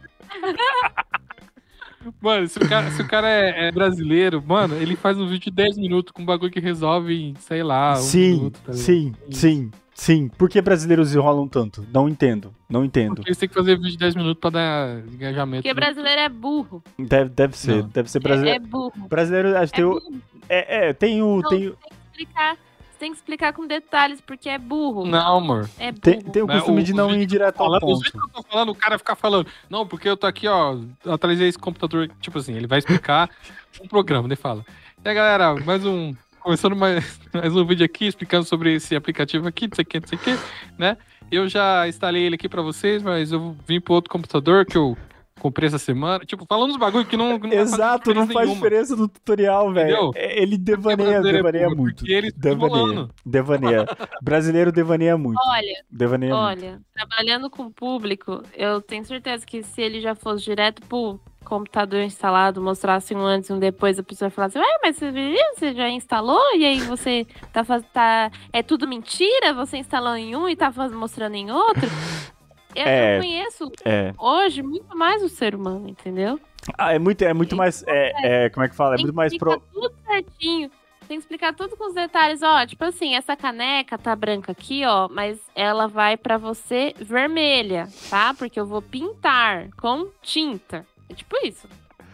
Mano, se o cara, se o cara é, é brasileiro, mano, ele faz um vídeo de dez minutos com um bagulho que resolve em, sei lá, um sim, minuto. Tá sim, sim, sim. Por que brasileiros enrolam tanto? Não entendo, não entendo. Porque eles têm que fazer vídeo de dez minutos pra dar engajamento. Porque brasileiro é burro. Deve, deve ser, não. deve ser brasileiro. É, é burro. Brasileiro, acho que é tem o... É, é, tem o... Não, tem... Tem que explicar. Tem que explicar com detalhes, porque é burro. Não, amor. É burro. Tem, tem o costume é, o, de não ir direto ao ponto. Os vídeos que eu tô falando, o cara ficar falando, não, porque eu tô aqui, ó, atualizei esse computador, tipo assim, ele vai explicar um programa, ele fala. E aí, galera, mais um, começando mais, mais um vídeo aqui, explicando sobre esse aplicativo aqui, não sei o que, não sei o que, né? Eu já instalei ele aqui pra vocês, mas eu vim pro outro computador que eu comprei essa semana. Tipo, falando uns bagulho que não, não Exato, não faz nenhuma. diferença no tutorial, velho. Ele devaneia, devaneia é muito. Ele devaneia, devaneia. Brasileiro devaneia muito. Olha, devaneia olha, muito. Trabalhando com o público, eu tenho certeza que se ele já fosse direto pro computador instalado, mostrasse um antes e um depois, a pessoa falasse, ué, mas você, você já instalou? E aí você tá fazendo... Tá... É tudo mentira? Você instalou em um e tá faz... mostrando em outro? Eu, é, eu conheço é. hoje muito mais o ser humano, entendeu? Ah, é muito, é muito mais. É, é, como é que fala? É muito mais pro. Tudo certinho. Tem que explicar tudo com os detalhes. Ó, tipo assim, essa caneca tá branca aqui, ó, mas ela vai pra você vermelha, tá? Porque eu vou pintar com tinta. É tipo isso.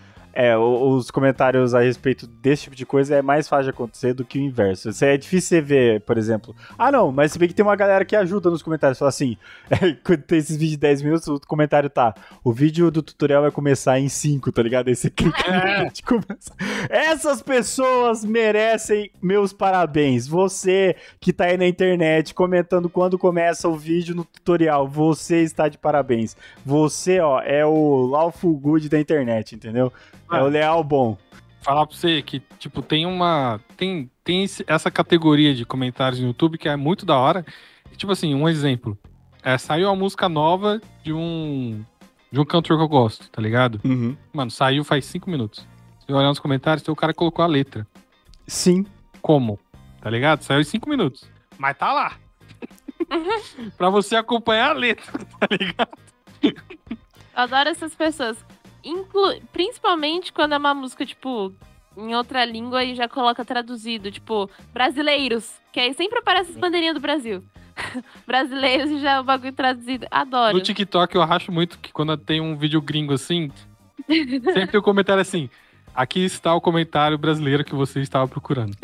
É, os comentários a respeito desse tipo de coisa é mais fácil de acontecer do que o inverso. Isso é difícil você ver, por exemplo. Ah, não, mas você vê que tem uma galera que ajuda nos comentários. Fala assim, é, quando tem esses vídeos de dez minutos, o comentário tá, o vídeo do tutorial vai começar em cinco, tá ligado? Aí você clica é. e começa. Essas pessoas merecem meus parabéns. Você que tá aí na internet comentando quando começa o vídeo no tutorial, você está de parabéns. Você, ó, é o Lawful Good da internet, entendeu? É o leal bom. Falar pra você que, tipo, tem uma... Tem, tem essa categoria de comentários no YouTube que é muito da hora. Tipo assim, um exemplo. É, saiu uma música nova de um... De um cantor que eu gosto, tá ligado? Uhum. Mano, saiu faz cinco minutos. Se eu olhar nos comentários, tem o cara que colocou a letra. Sim. Como? Tá ligado? Saiu em cinco minutos. Mas tá lá. Pra você acompanhar a letra, tá ligado? Eu adoro essas pessoas. Inclu... Principalmente quando é uma música, tipo, em outra língua e já coloca traduzido, tipo, brasileiros. Que aí sempre aparece as bandeirinhas do Brasil. brasileiros e já é o bagulho traduzido. Adoro. No TikTok eu acho muito que quando tem um vídeo gringo assim, sempre tem um comentário assim, aqui está o comentário brasileiro que você estava procurando.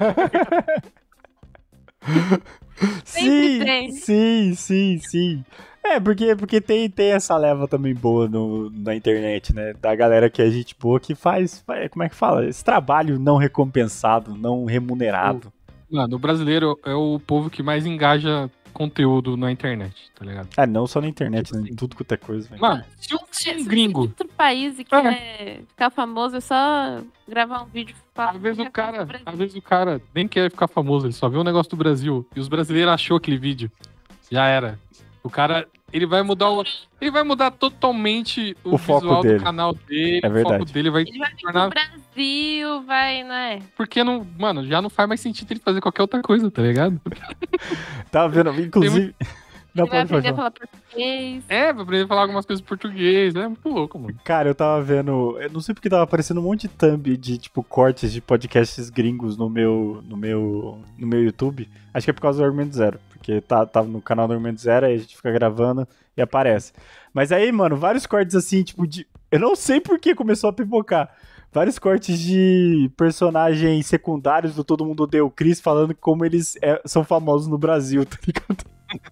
Sim, tem. sim, sim, sim. É, porque, porque tem, tem essa leva também boa no, na internet, né? Da galera que é gente boa que faz, faz- como é que fala? Esse trabalho não recompensado, não remunerado. Mano, o brasileiro é o povo que mais engaja conteúdo na internet, tá ligado? Ah, não só na internet, Tipo né? assim. Em tudo quanto é coisa, velho. Mano, se um, se Se um você gringo, é de outro país e quer ficar famoso, é só gravar um vídeo. às vezes o cara, às vezes o cara nem quer ficar famoso, ele só vê um negócio do Brasil e os brasileiros achou aquele vídeo. Já era. O cara, ele vai mudar o, ele vai mudar totalmente o, O foco visual dele. do canal dele, É o verdade. foco dele vai Ele vai vir tornar, pro Brasil, vai, né? porque não, mano, já não faz mais sentido ele fazer qualquer outra coisa, tá ligado? Tava vendo, inclusive. Não, Ele vai pode, pode aprender a falar. falar português. É, vai aprender a falar algumas coisas em português, é muito louco, mano. Cara, eu tava vendo. Eu não sei porque tava aparecendo um monte de thumb de, tipo, cortes de podcasts gringos no meu, no meu, no meu YouTube. Acho que é por causa do Argumento Zero. Porque tá, tá no canal do Argumento Zero, aí a gente fica gravando e aparece. Mas aí, mano, vários cortes assim, tipo, de. Eu não sei por que começou a pipocar. Vários cortes de personagens secundários do Todo Mundo Odeia o Chris falando como eles é, são famosos no Brasil, tá ligado?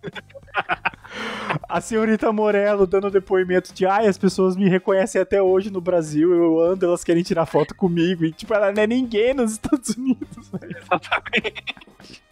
A senhorita Morello dando depoimento de ai, as pessoas me reconhecem até hoje no Brasil, eu ando, elas querem tirar foto comigo. E tipo, ela não é ninguém nos Estados Unidos, velho. Exatamente.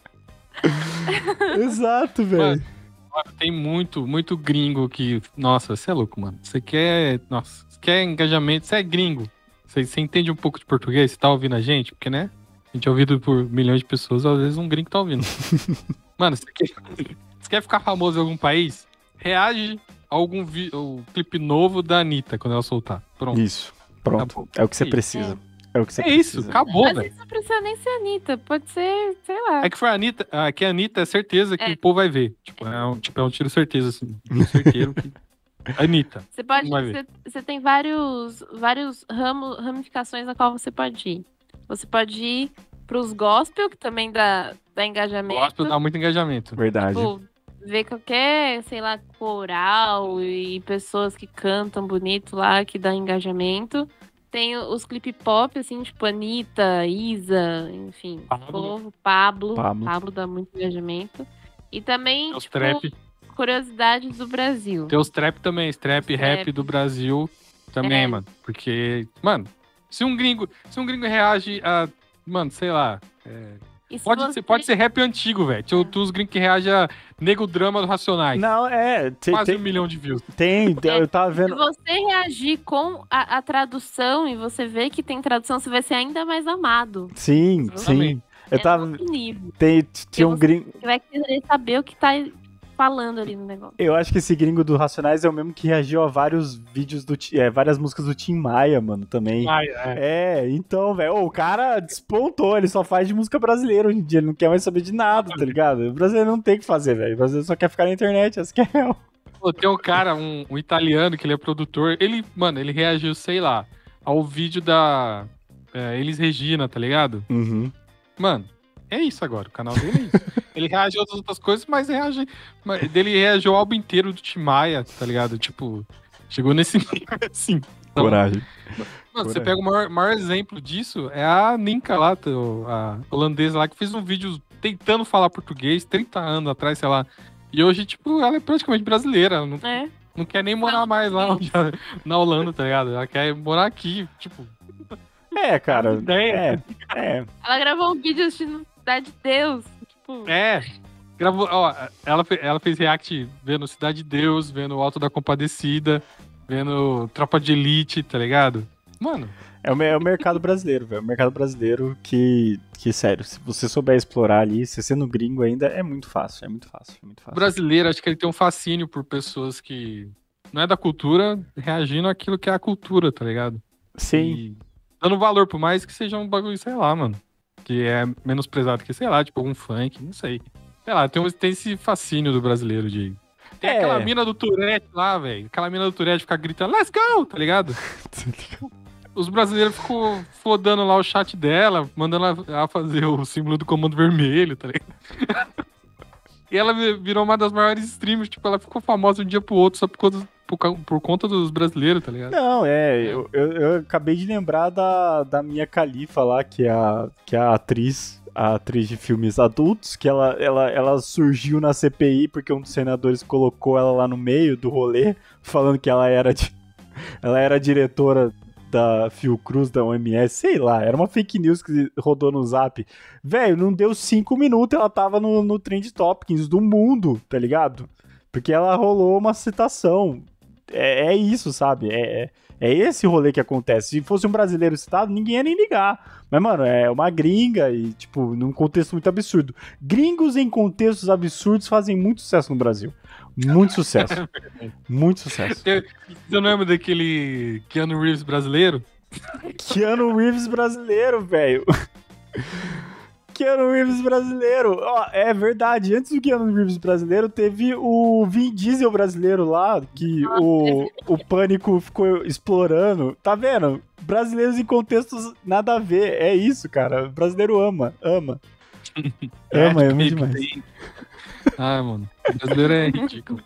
Exato, velho. Mano, tem muito, muito gringo que. Nossa, você é louco, mano. Você quer. Nossa, você quer engajamento, você é gringo. Você, você entende um pouco de português? Você tá ouvindo a gente? Porque, né? A gente é ouvido por milhões de pessoas, às vezes um gringo tá ouvindo. Mano, você quer, você quer ficar famoso em algum país? Reage a algum vi, o clipe novo da Anitta quando ela soltar. Pronto. Isso, pronto. Acabou. É o que você É isso. precisa. É o que você É precisa. isso, acabou, Mas velho. isso não precisa nem ser Anitta. Pode ser, sei lá. É que foi a Anitta, ah, que a Anitta é certeza que É. o povo vai ver. Tipo, é um, tipo, é um tiro certeza, assim. Um certeiro que. Anitta. Você pode. Não vai ver. Você, você tem vários, vários ramo, ramificações na qual você pode ir. Você pode ir pros gospel, que também dá, dá engajamento. Gospel dá muito engajamento. Verdade. Tipo, ver qualquer, sei lá, coral e pessoas que cantam bonito lá, que dá engajamento. Tem os clipe pop, assim, tipo Anitta, Isa, enfim, Pablo. povo, Pablo. Pablo. Pablo dá muito engajamento. E também, Tem os tipo, trap. curiosidades do Brasil. Tem os trap também, os trap, Trap. rap do Brasil também, É. mano. Porque, mano, se um gringo, se um gringo reage a, mano, sei lá, é, E se pode, você- ser, pode ser rap antigo, velho. Tem tem os gringos que reagem a Nego Drama do Racionais. Não, é. Tem, Quase tem, um milhão de views. tem, eu tava Se vendo. você reagir com a, a tradução e você ver que tem tradução, você vai ser ainda mais amado. Sim, sim. Exatamente. Eu É tava. outro nível. Tem, tinha um você- gringo. Você vai querer saber o que tá falando ali no negócio. Eu acho que esse gringo do Racionais é o mesmo que reagiu a vários vídeos do. Ti- É, várias músicas do Tim Maia, mano, também. Ai, é. É, então, velho, ô, o cara despontou, ele só faz de música brasileira hoje em dia, ele não quer mais saber de nada, tá ligado? O brasileiro não tem o que fazer, velho, o brasileiro só quer ficar na internet, essa que é real. Pô, tem um cara, um, um italiano, que ele é produtor. Ele, mano, ele reagiu, sei lá, ao vídeo da é, Elis Regina, tá ligado? Uhum. Mano, é isso agora, o canal dele é isso. Ele reage a outras, outras coisas, mas reage. Mas ele reagiu ao álbum inteiro do Tim Maia, tá ligado? Tipo, chegou nesse nível assim. Então, Coragem. mano, você coragem. pega o maior, maior exemplo disso, é a Ninka lá, teu- a holandesa lá, que fez um vídeo tentando falar português trinta anos atrás, sei lá. E hoje, tipo, ela é praticamente brasileira. Ela não, É. não quer nem morar mais lá onde ela- na Holanda, tá ligado? Ela quer morar aqui, tipo. É, cara, Ideia. é, é. Ela gravou um vídeo assistindo Cidade de Deus. Tipo, É. Gravou, ó, ela, fe- ela fez react vendo Cidade de Deus, vendo o Alto da Compadecida, vendo Tropa de Elite, tá ligado? Mano, É o, me- é o mercado brasileiro, velho, o mercado brasileiro que, que, sério, se você souber explorar ali, se sendo gringo ainda, é muito fácil, é muito fácil, é muito o fácil. brasileiro, acho que ele tem um fascínio por pessoas que não é da cultura, reagindo àquilo que é a cultura, tá ligado? Sim, E dando valor, por mais que seja um bagulho, sei lá, mano. Que é menosprezado que, sei lá, tipo, algum funk, não sei. Sei lá, tem, um- tem esse fascínio do brasileiro de. Tem É. aquela mina do Tourette lá, velho. Aquela mina do Tourette ficar gritando, let's go, tá ligado? Os brasileiros ficam fodando lá o chat dela, mandando ela ela fazer o símbolo do comando vermelho, tá ligado? E ela vi- virou uma das maiores streamers, tipo, ela ficou famosa de um dia pro outro só por conta, por, cau- por conta dos brasileiros, tá ligado? Não, é, eu, eu, eu acabei de lembrar da, da Mia Khalifa lá, que é a, que é a atriz, a atriz de filmes adultos, que ela, ela, ela surgiu na C P I porque um dos senadores colocou ela lá no meio do rolê, falando que ela era, de, ela era diretora da Fiocruz, da O M S, sei lá, era uma fake news que rodou no Zap. Velho, não deu cinco minutos, ela tava no, no Trend Topics do mundo, tá ligado? Porque ela rolou uma citação. É, é isso, sabe? É, é, é esse rolê que acontece. Se fosse um brasileiro citado, ninguém ia nem ligar. Mas, mano, é uma gringa e, tipo, num contexto muito absurdo. Gringos em contextos absurdos fazem muito sucesso no Brasil. Muito sucesso. Muito sucesso. Você não lembra daquele Keanu Reeves brasileiro? Keanu Reeves brasileiro, velho. Keanu Reeves brasileiro. Ó, é verdade. Antes do Keanu Reeves brasileiro, teve o Vin Diesel brasileiro lá, que o, o Pânico ficou explorando. Tá vendo? Brasileiros em contextos nada a ver. É isso, cara. O brasileiro ama. Ama. Ama, ama demais. Ai, mano. O brasileiro é ridículo.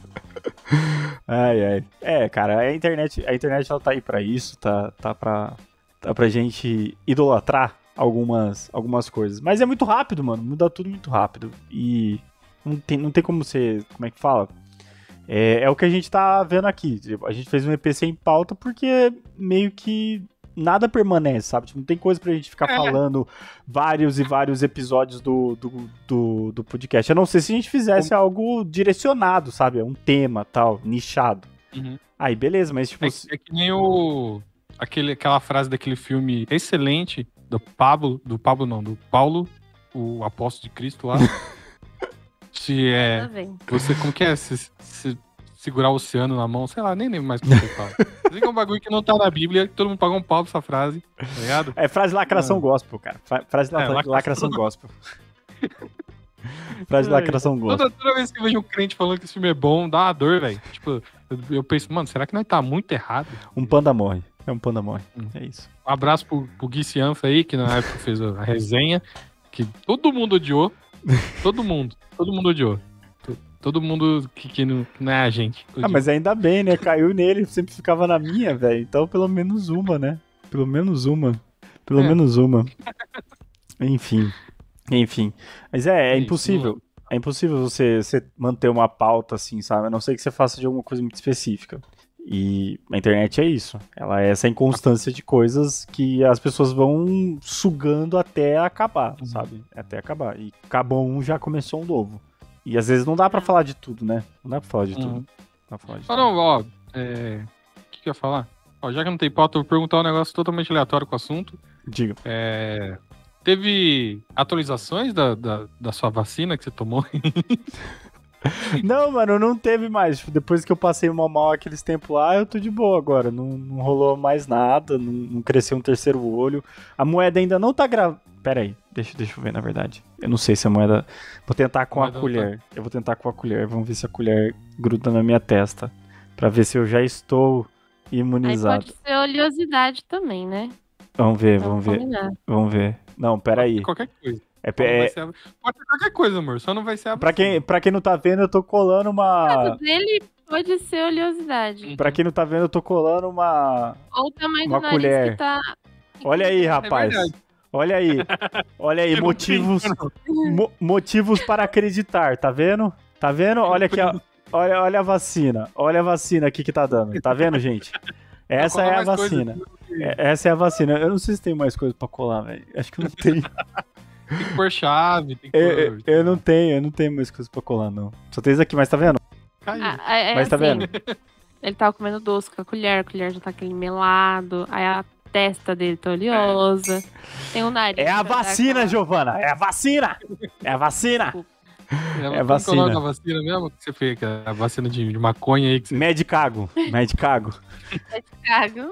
Ai, ai. É, cara, a internet, a internet ela tá aí pra isso, tá, tá, pra, tá pra gente idolatrar algumas, algumas coisas. Mas é muito rápido, mano. Muda tudo muito rápido. E não tem, não tem como você. Como é que fala? É, é o que a gente tá vendo aqui. A gente fez um E P sem pauta porque meio que nada permanece, sabe? Tipo, não tem coisa pra gente ficar É. falando vários e vários episódios do, do, do, do podcast. A não ser se a gente fizesse algo direcionado, sabe? Um tema, tal, nichado. Uhum. Aí, beleza, mas tipo... É, é que nem o. Aquele, aquela frase daquele filme excelente do Pablo. Do Pablo, não, do Paulo, o apóstolo de Cristo lá. Se é. Tá bem. Você, como que é? Se, se segurar o oceano na mão, sei lá, nem lembro mais como você fala. Mas é um bagulho que não tá na Bíblia, que todo mundo pagou um pau pra essa frase, tá ligado? É frase lacração Ah. gospel, cara. Fra- Frase la- É, lacração. lacração gospel. Frase lacração gospel. Toda, toda vez que eu vejo um crente falando que esse filme é bom, dá uma dor, velho. Tipo, eu, eu penso, mano, será que nós tá muito errado? Um panda morre. É um panda morre. Hum. É isso. Um abraço pro, pro Gui Cianfa aí, que na época fez a resenha, que todo mundo odiou. Todo mundo. Todo mundo odiou. To- Todo mundo que, que, não, que não é a gente. Ah, mas ainda bem, né? Caiu nele, sempre ficava na minha, velho. Então, pelo menos uma, né? Pelo menos uma. Pelo É. menos uma. Enfim. Enfim. Mas é, é Isso, impossível. É impossível você, você manter uma pauta assim, sabe? A não ser que você faça de alguma coisa muito específica. E a internet é isso. Ela é essa inconstância de coisas que as pessoas vão sugando até acabar, sabe? Até acabar. E acabou um, já começou um novo. E às vezes não dá pra falar de tudo, né? Não dá pra falar de tudo. Uhum. Não dá pra falar de Ah, tudo. não, ó, é... O que, que eu ia falar? Ó, já que não tem pauta, eu vou perguntar um negócio totalmente aleatório com o assunto. Diga. É... Teve atualizações da, da, da sua vacina que você tomou? Não, mano, não teve mais. Tipo, depois que eu passei uma mal aqueles tempos lá, eu tô de boa agora. Não, não rolou mais nada, não, não cresceu um terceiro olho. A moeda ainda não tá gravando. Pera aí, deixa, deixa eu ver, na verdade. Eu não sei se a moeda... Vou tentar com a, A moeda não colher. Eu vou tentar com a colher. Vamos ver se a colher gruda na minha testa. Pra ver se eu já estou Aí imunizado. pode ser oleosidade também, né? Vamos ver, Vamos vamos ver. combinar. Vamos ver. Não, pera aí. Qualquer coisa. É, Só não vai é, ser a- Pode ser qualquer coisa, amor. Só não vai ser a pra, quem, pra quem não tá vendo, eu tô colando O uma... dele pode ser oleosidade. Pra quem não tá vendo, eu tô colando uma... Ou o tamanho Uma do nariz colher. que tá... Olha aí, rapaz. verdade. Olha aí. Olha aí, Eu não motivos, brinco, mo- motivos para acreditar, tá vendo? Tá vendo? Olha aqui, ó. Olha, olha a vacina. Olha a vacina aqui que tá dando. Tá vendo, gente? Essa Colar é a mais coisa vacina. aqui. É- Essa é a vacina. Eu não sei se tem mais coisa pra colar, velho. Acho que não tem. Tem que pôr chave, tem que Eu, pôr... eu não tenho, eu não tenho mais coisa pra colar, não. Só tem isso aqui, mas tá vendo? Caiu. Ah, é, é Mas tá assim, vendo? Ele tava comendo doce com a colher, a colher já tá aquele melado, aí a testa dele tá oleosa, tem o nariz... É a já tá vacina, com- Giovana! É a vacina! É a vacina! É, é como vacina. que é o nome da vacina mesmo que você fez? Que é a vacina de, de maconha aí que você... Medicago. Medicago. Cago.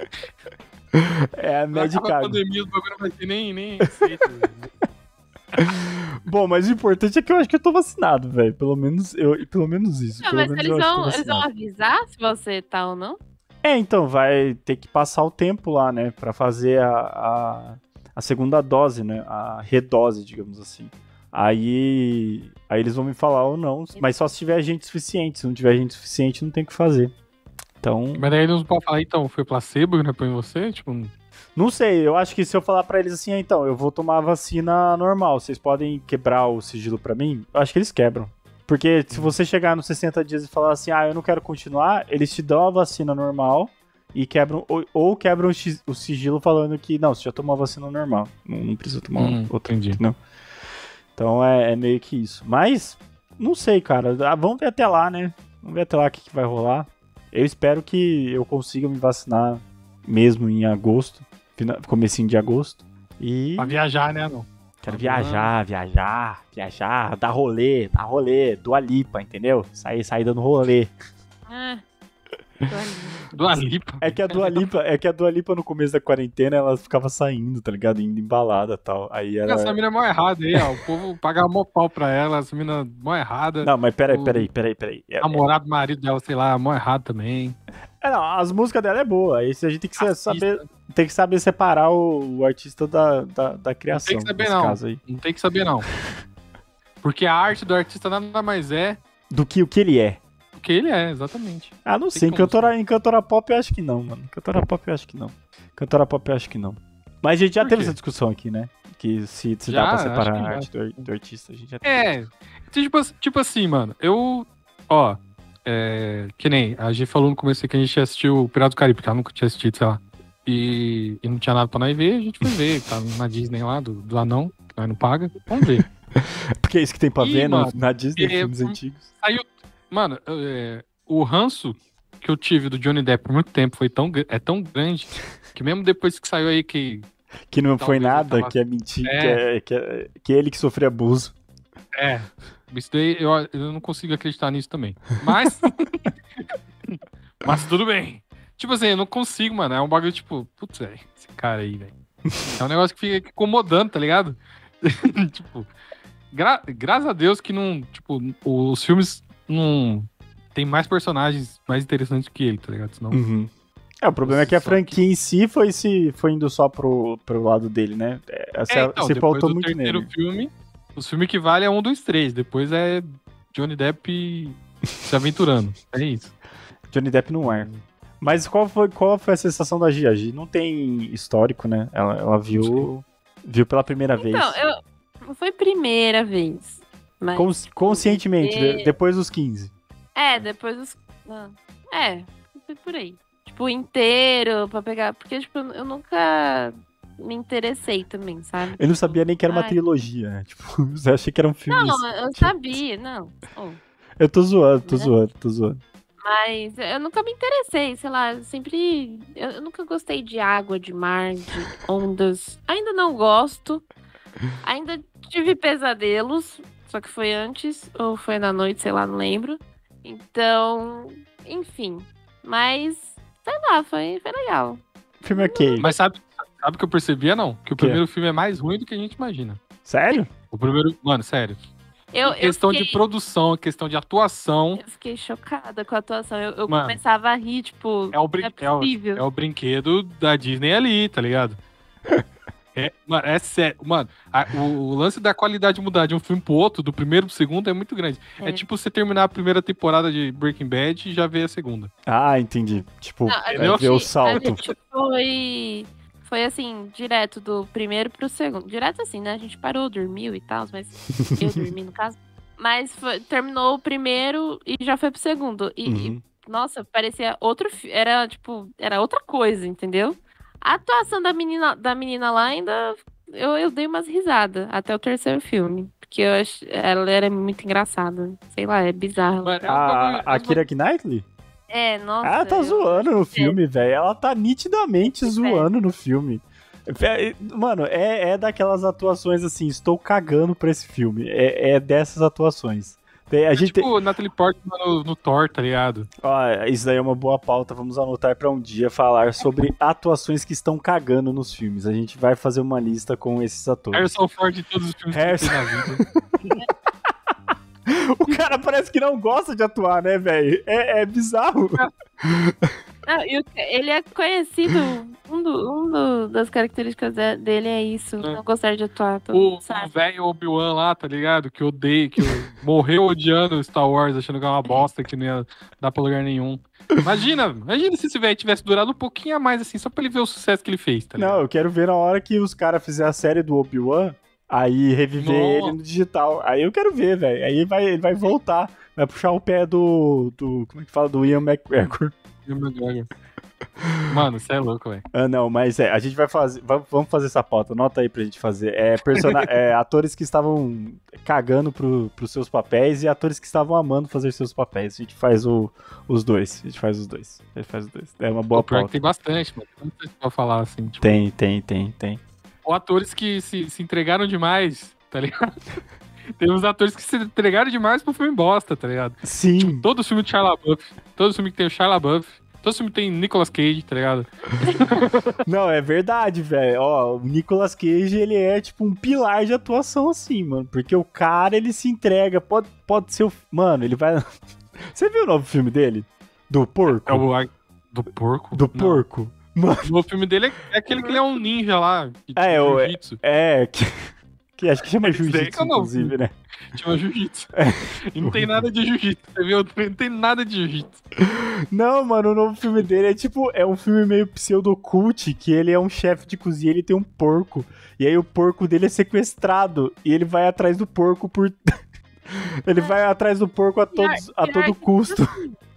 É a Acaba a Medicago. pandemia, o bagulho não vai ter nem, nem receita, velho. Bom, mas o importante é que eu acho que eu tô vacinado, velho. Pelo menos eu, pelo menos isso. Não, pelo mas menos eles eu acho que vão, tô eles vão vacinado. avisar se você tá ou não? É, então, vai ter que passar o tempo lá, né? Pra fazer a, a, a segunda dose, né? A redose, digamos assim. Aí, aí eles vão me falar ou não, mas só se tiver gente suficiente. Se não tiver gente suficiente, não tem o que fazer. Então... Mas daí eles não podem falar, então, foi placebo que não põe em você? Tipo... Não sei, eu acho que se eu falar pra eles assim, ah, então, eu vou tomar a vacina normal, vocês podem quebrar o sigilo pra mim? Eu acho que eles quebram. Porque se você chegar nos sessenta dias e falar assim, ah, eu não quero continuar, eles te dão a vacina normal e quebram, ou, ou quebram o sigilo falando que, não, você já tomou a vacina normal, não, não precisa tomar hum, outra. Entendi. Não. Então é, é meio que isso. Mas, não sei, cara, ah, vamos ver até lá, né? Vamos ver até lá o que, que vai rolar. Eu espero que eu consiga me vacinar mesmo em agosto, comecinho de agosto. E... Pra viajar, né, não? Quero viajar, viajar, viajar, dar rolê, dar rolê, Dua Lipa, entendeu? Sair, sair dando rolê. Ah, Dua Lipa. É que a Dua Lipa, é que a Dua Lipa no começo da quarentena, ela ficava saindo, tá ligado? Indo embalada e tal. Aí era... Essa mina é mó errada aí, ó. O povo pagava mó pau pra ela, essa mina mó errada. Não, mas peraí, o... peraí, peraí, peraí. É, namorado, marido dela, sei lá, mó errado também. É, não, as músicas dela é boa. Aí a gente tem que saber, tem que saber separar o, o artista da, da, da criação. Não tem que saber, não. Caso aí. Não tem que saber, não. Porque a arte do artista nada mais é do que o que ele é. O que ele é, exatamente. Ah, não sei. Em cantora, em cantora pop eu acho que não, mano. Cantora pop eu acho que não. Cantora pop eu acho que não. Mas a gente já teve essa discussão aqui, né? Que se, se já, dá pra separar a arte do, do artista, a gente já teve. É. Tipo, tipo assim, mano. Eu. Ó. É, que nem a gente falou no começo que a gente assistiu o Piratas do Caribe, que ela nunca tinha assistido, sei lá. E, e não tinha nada pra nós ver, a gente foi ver. Tá na Disney lá, do, do anão, que nós não paga. Vamos ver. Porque é isso que tem pra e, ver mano, na Disney, é, filmes antigos. Saiu. Mano, é, o ranço que eu tive do Johnny Depp por muito tempo foi tão, é tão grande que mesmo depois que saiu aí que... Que não foi nada, tava... que é mentira, é. Que, é, que, é, que é ele que sofreu abuso. É, isso daí eu, eu não consigo acreditar nisso também. Mas... Mas tudo bem. Tipo assim, eu não consigo, mano. É um bagulho tipo, putz, velho, esse cara aí, velho. É um negócio que fica incomodando, tá ligado? Tipo, gra graças a Deus que não, tipo, os filmes não tem mais personagens mais interessantes que ele, tá ligado? Senão... Uhum. É, o problema é que a franquia que... em si foi, se, foi indo só pro, pro lado dele, né? É, se, é, então, se pautou muito terceiro nele. Filme, os filmes que vale é um, dois, três. Depois é Johnny Depp se aventurando. É isso. Johnny Depp não é. Mas qual foi, qual foi a sensação da Gia? A Gia não tem histórico, né? Ela, ela viu, viu pela primeira então, vez. Não, eu... não foi primeira vez. Mas... Cons conscientemente, e... depois dos quinze. É, depois dos... É, foi por aí. Tipo, inteiro pra pegar... Porque, tipo, eu nunca me interessei também, sabe? Eu não sabia nem que era uma Ai. trilogia, né? Tipo, eu achei que era um filme. Não, eu sabia, não. Oh. Eu tô zoando, tô né? zoando, tô zoando. Mas eu nunca me interessei, sei lá, eu sempre... Eu, eu nunca gostei de água, de mar, de ondas. Ainda não gosto. Ainda tive pesadelos, só que foi antes, ou foi na noite, sei lá, não lembro. Então, enfim. Mas, sei lá, foi, foi legal. Filme ok. Mas sabe, sabe o que eu percebia, não? Que o que? primeiro filme é mais ruim do que a gente imagina. Sério? O primeiro... Mano, sério. Eu, em questão eu fiquei... de produção, questão de atuação. Eu fiquei chocada com a atuação. Eu, eu Mano, começava a rir, tipo, é o, brin... é, possível. É, o, é o brinquedo da Disney ali, tá ligado? é, mano, é sério. Mano, a, o, o lance da qualidade mudar de um filme pro outro, do primeiro pro segundo, é muito grande. É, é tipo você terminar a primeira temporada de Breaking Bad e já ver a segunda. Ah, entendi. Tipo, Não, é ver o salto. A gente foi... Foi assim, direto do primeiro pro segundo. Direto assim, né? A gente parou, dormiu e tal, mas eu dormi no caso. Mas foi, terminou o primeiro e já foi pro segundo. E, uhum. e nossa, parecia outro... Era, tipo, era outra coisa, entendeu? A atuação da menina, da menina lá ainda... Eu, eu dei umas risadas até o terceiro filme. Porque eu ach, ela era muito engraçada. Sei lá, é bizarro. Mas, a, a Keira Knightley? É, nossa. Ela tá eu... zoando no filme, é. velho. Ela tá nitidamente é. zoando no filme. Mano, é, é daquelas atuações assim, estou cagando pra esse filme. É, é dessas atuações. A é gente tipo tem... Natalie Portman no, no Thor, tá ligado? Ó, isso daí é uma boa pauta. Vamos anotar pra um dia falar sobre atuações que estão cagando nos filmes. A gente vai fazer uma lista com esses atores. Harrison Ford de todos os filmes Harrison... que tem na vida. O cara parece que não gosta de atuar, né, velho? É, é bizarro. Não, ele é conhecido Um, do, um do- das características de- dele é isso, É. não gostar de atuar, todo O mundo o sabe. velho Obi-Wan lá, tá ligado? Que odeia, que morreu odiando Star Wars, achando que é uma bosta, que não ia dar pra lugar nenhum. Imagina, imagina se esse velho tivesse durado um pouquinho a mais, assim, só pra ele ver o sucesso que ele fez, tá ligado? Não, eu quero ver na hora que os caras fizerem a série do Obi-Wan, aí reviver Nossa. ele no digital. Aí eu quero ver, velho. Aí vai, ele vai voltar. Vai puxar o pé do. do como é que fala? Do Ian McGregor. Mano, você é louco, velho. Ah, não, mas é, a gente vai fazer. va- Vamos fazer essa pauta, anota aí pra gente fazer. É, persona, é atores que estavam cagando pro, pros seus papéis e atores que estavam amando fazer seus papéis. A gente faz o, os dois. A gente faz os dois. A gente faz os dois. É uma boa O pior é que pauta. tem bastante, mano. Não sei se pra falar assim, tipo. Tem, tem, tem, tem. Ou atores que se, se entregaram demais, tá ligado? Tem uns atores que se entregaram demais pro filme bosta, tá ligado? Sim. Tipo, todo filme de Shia LaBeouf, todo filme que tem o Shia LaBeouf, todo filme que tem Nicolas Cage, tá ligado? Não, é verdade, velho. Ó, o Nicolas Cage, ele é tipo um pilar de atuação assim, mano. Porque o cara, ele se entrega. Pode, pode ser o. Mano, ele vai. Você viu o novo filme dele? Do porco? É o a- do porco? Do Não. porco? Mano, O filme dele é, é aquele que ele é um ninja lá, que Ah, é, o- jiu-jitsu. é. Que, que acho que chama Esse daí jiu-jitsu, que eu não inclusive, vi. né? Chama jiu-jitsu. E não tem nada de jiu-jitsu, você viu? Não tem nada de jiu-jitsu. Não, mano, o novo filme dele é tipo. É um filme meio pseudocult, que ele é um chefe de cozinha, ele tem um porco. E aí o porco dele é sequestrado. E ele vai atrás do porco por. Ele vai atrás do porco a, todos, a todo custo.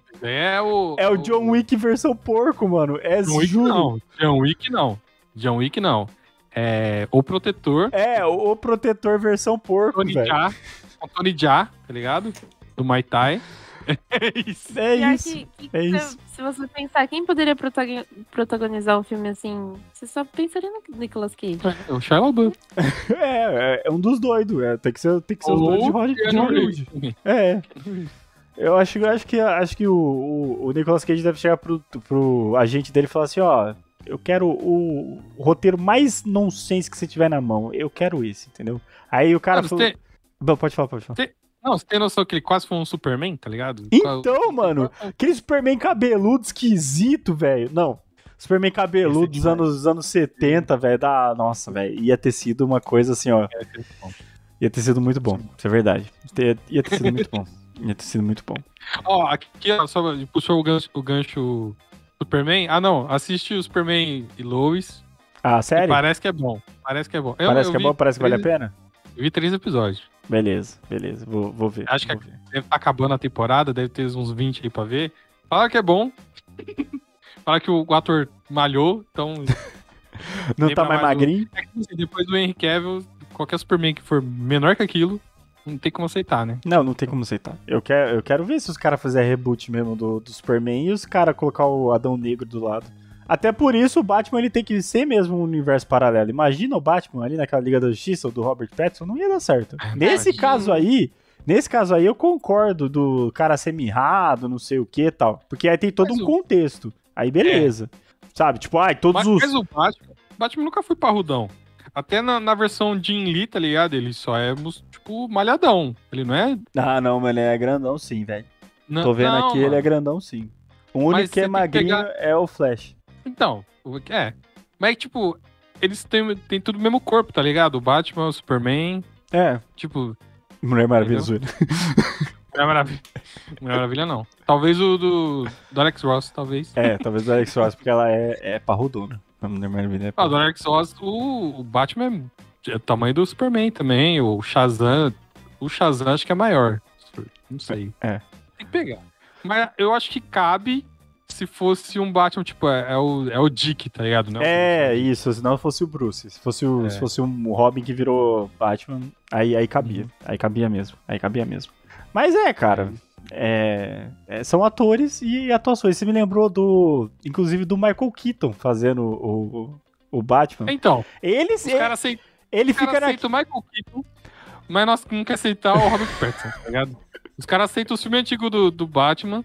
É o. É o John Wick versão porco, mano. É John Wick juro. não. John Wick não. John Wick não. É o Protetor, É, o, o protetor versão porco, Tony velho. Jaa, o Tony Jaa, tá ligado? Do Muay Thai. É isso. É Pior isso. que- que é se- isso. Se você pensar, quem poderia protago- protagonizar um filme assim, você só pensaria no Nicolas Cage. É o Shia LaBeouf. É, é, é um dos doidos. É, tem que ser, tem que ser os dois de Ou Hollywood. de Keanu Hollywood. Reeves. É. Eu acho, eu acho que, acho que o, o, o Nicolas Cage deve chegar pro, pro agente dele e falar assim, ó, eu quero o, o roteiro mais nonsense que você tiver na mão. Eu quero esse, entendeu? Aí o cara Mano, falou... você tem- Bom, pode falar, pode falar. Não, você tem noção que ele quase foi um Superman, tá ligado? Então, mano, aquele Superman cabeludo esquisito, velho. Não. Superman cabeludo dos demais. anos, dos anos setenta, velho. Da... Nossa, velho. Ia ter sido uma coisa assim, ó. Ia ter sido muito bom. Isso é verdade. Ia, ia ter sido muito bom. Ia ter sido muito bom. Ó, aqui, ó, só puxou o gancho, o gancho Superman. Ah, não, assiste o Superman e Lois. Ah, que sério? Parece que é bom. Parece que é bom. Eu- Parece eu que é vi bom? Parece que vale a três- pena? Eu vi três episódios. Beleza, beleza. Vou, vou ver. Acho que vou ver. deve estar acabando a temporada, deve ter uns vinte aí pra ver. Fala que é bom. Fala que o, o ator malhou, então. Não Lembra tá mais mais o- magrinho? É que, assim, depois do Henry Cavill, qualquer Superman que for menor que aquilo, não tem como aceitar, né? Não, não tem como aceitar. Eu quero, eu quero ver se os caras fizerem reboot mesmo do, do Superman e os caras colocar o Adão Negro do lado. Até por isso o Batman ele tem que ser mesmo um universo paralelo. Imagina o Batman ali naquela Liga da Justiça, o do Robert Pattinson, não ia dar certo. Nesse imagina. caso aí, nesse caso aí eu concordo do cara ser mirrado, não sei o que e tal. Porque aí tem todo Mas um o- contexto. Aí beleza. Sabe, tipo, ai, todos Mas, os... mas o Batman, o Batman nunca foi parrudão. Até na, na versão Jim Lee, tá ligado? Ele só é, mus- tipo, malhadão. Ele não é... Ah, não, mas ele é grandão sim, velho. Não, Tô vendo não, aqui, mano. ele é grandão sim. O único Mas que é você tem que magrinho pegar- é o Flash. Então, o- é. Mas, tipo, eles têm, têm tudo o mesmo corpo, tá ligado? O Batman, o Superman, É, tipo... Mulher Maravilha Entendeu? Azul. Mulher Maravilha. Mulher Maravilha, não. Talvez o do, do Alex Ross, talvez. É, talvez a Alex Ross, porque ela é, é parrudona. A Mulher Maravilha é Ah, do parrudona. Alex Ross, o, o Batman é, é o tamanho do Superman também. O Shazam, o Shazam acho que é maior. Não sei. É. Tem que pegar. Mas eu acho que cabe se fosse um Batman, tipo, é, é o, é o Dick, tá ligado? Não É, isso, se não fosse o Bruce. Se fosse o, É. se fosse um Robin que virou Batman, aí, aí cabia. Aí cabia mesmo. Aí cabia mesmo. Mas é, cara. é- é, são atores e atuações. Você me lembrou do. Inclusive do Michael Keaton fazendo o, o, o Batman. Então, Ele, os ele, caras aceitam, ele os caras fica na. aceitam o Michael Keaton, mas nós não quer aceitar o Robert Pattinson, tá ligado? Os caras aceitam o filme antigo do, do Batman.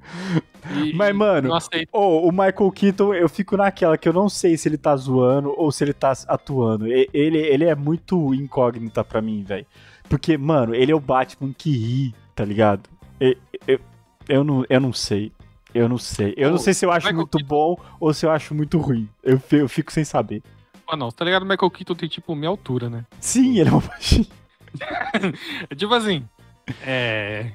E, Mas, mano, não aceitam. Oh, o Michael Keaton, eu fico naquela que eu não sei se ele tá zoando ou se ele tá atuando. E- Ele, ele é muito incógnita pra mim, velho. Porque, mano, ele é o Batman que ri, tá ligado? E- Eu, eu, não, eu não sei. Eu não sei. Eu Ô, não sei se eu acho Michael muito Keaton- bom ou se eu acho muito ruim. Eu, fi- eu fico sem saber. Ah, não, tá ligado? O Michael Keaton tem, tipo, minha altura, né? Sim, ele é um baixinho. É tipo assim. É.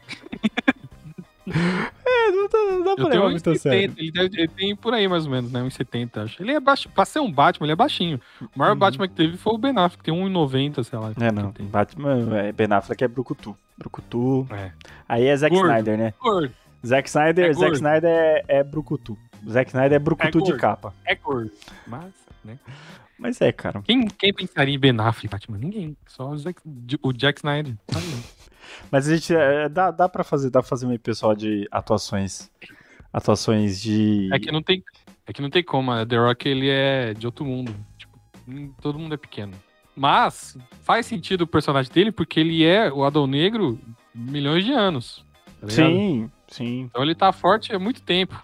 É, não, dá- não dá Eu pra tenho levar muito a sério. uns setenta, ele, deve- ele tem por aí mais ou menos, né? uns setenta, acho. Ele é baixo. Pra ser um Batman, ele é baixinho. O maior Uhum. Batman que teve foi o Ben Affleck, tem um e noventa, sei lá. É, não. que tem. Batman, é, Ben Affleck é brucutu. Brucutu. É. Aí é Zack Gordo. Snyder, né? Gordo. Zack Snyder, É Zack gordo. Snyder é, é brucutu. Zack Snyder é brucutu É de gordo. capa. É gordo. Mas, né? Mas é, cara. Quem, quem pensaria em Ben Affleck, Batman? Ninguém. Só o Zack, o Jack Snyder. Só ele. Mas a gente, é, dá, dá pra fazer, dá pra fazer um pessoal de atuações. Atuações de... É que não tem, é que não tem como. A The Rock, ele é de outro mundo. Tipo, hum, todo mundo é pequeno. Mas faz sentido o personagem dele porque ele é o Adão Negro milhões de anos. Tá ligado? Sim, sim. Então ele tá forte há muito tempo.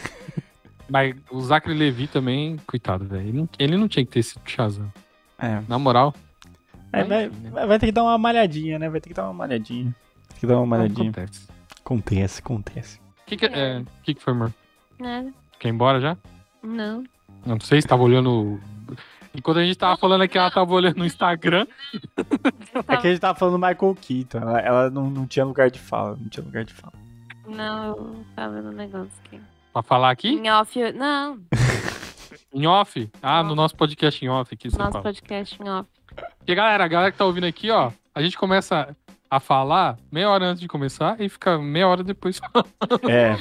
Mas o Zachary Levi também, coitado, velho. Ele, não- ele não tinha que ter sido Shazam. É. Na moral. É, Mas vai, enfim, né? vai ter que dar uma malhadinha, né? Vai ter que dar uma malhadinha. Tem que dar uma Não malhadinha. acontece. Acontece, acontece. O que, que, é, que, que foi, amor? Nada. Quer ir embora já? Não. Não sei se tava olhando. Enquanto a gente tava falando aqui, ela tava olhando no Instagram. É que a gente tava falando do Michael Keaton. Ela, ela não, não tinha lugar de fala. Não tinha lugar de fala. Não, eu tava vendo um negócio aqui. Pra falar aqui? Em off, eu- não. Em off? Ah, no nosso podcast em off aqui, você Nosso fala. podcast em off. Porque, galera, a galera que tá ouvindo aqui, ó, a gente começa a falar meia hora antes de começar e fica meia hora depois. É.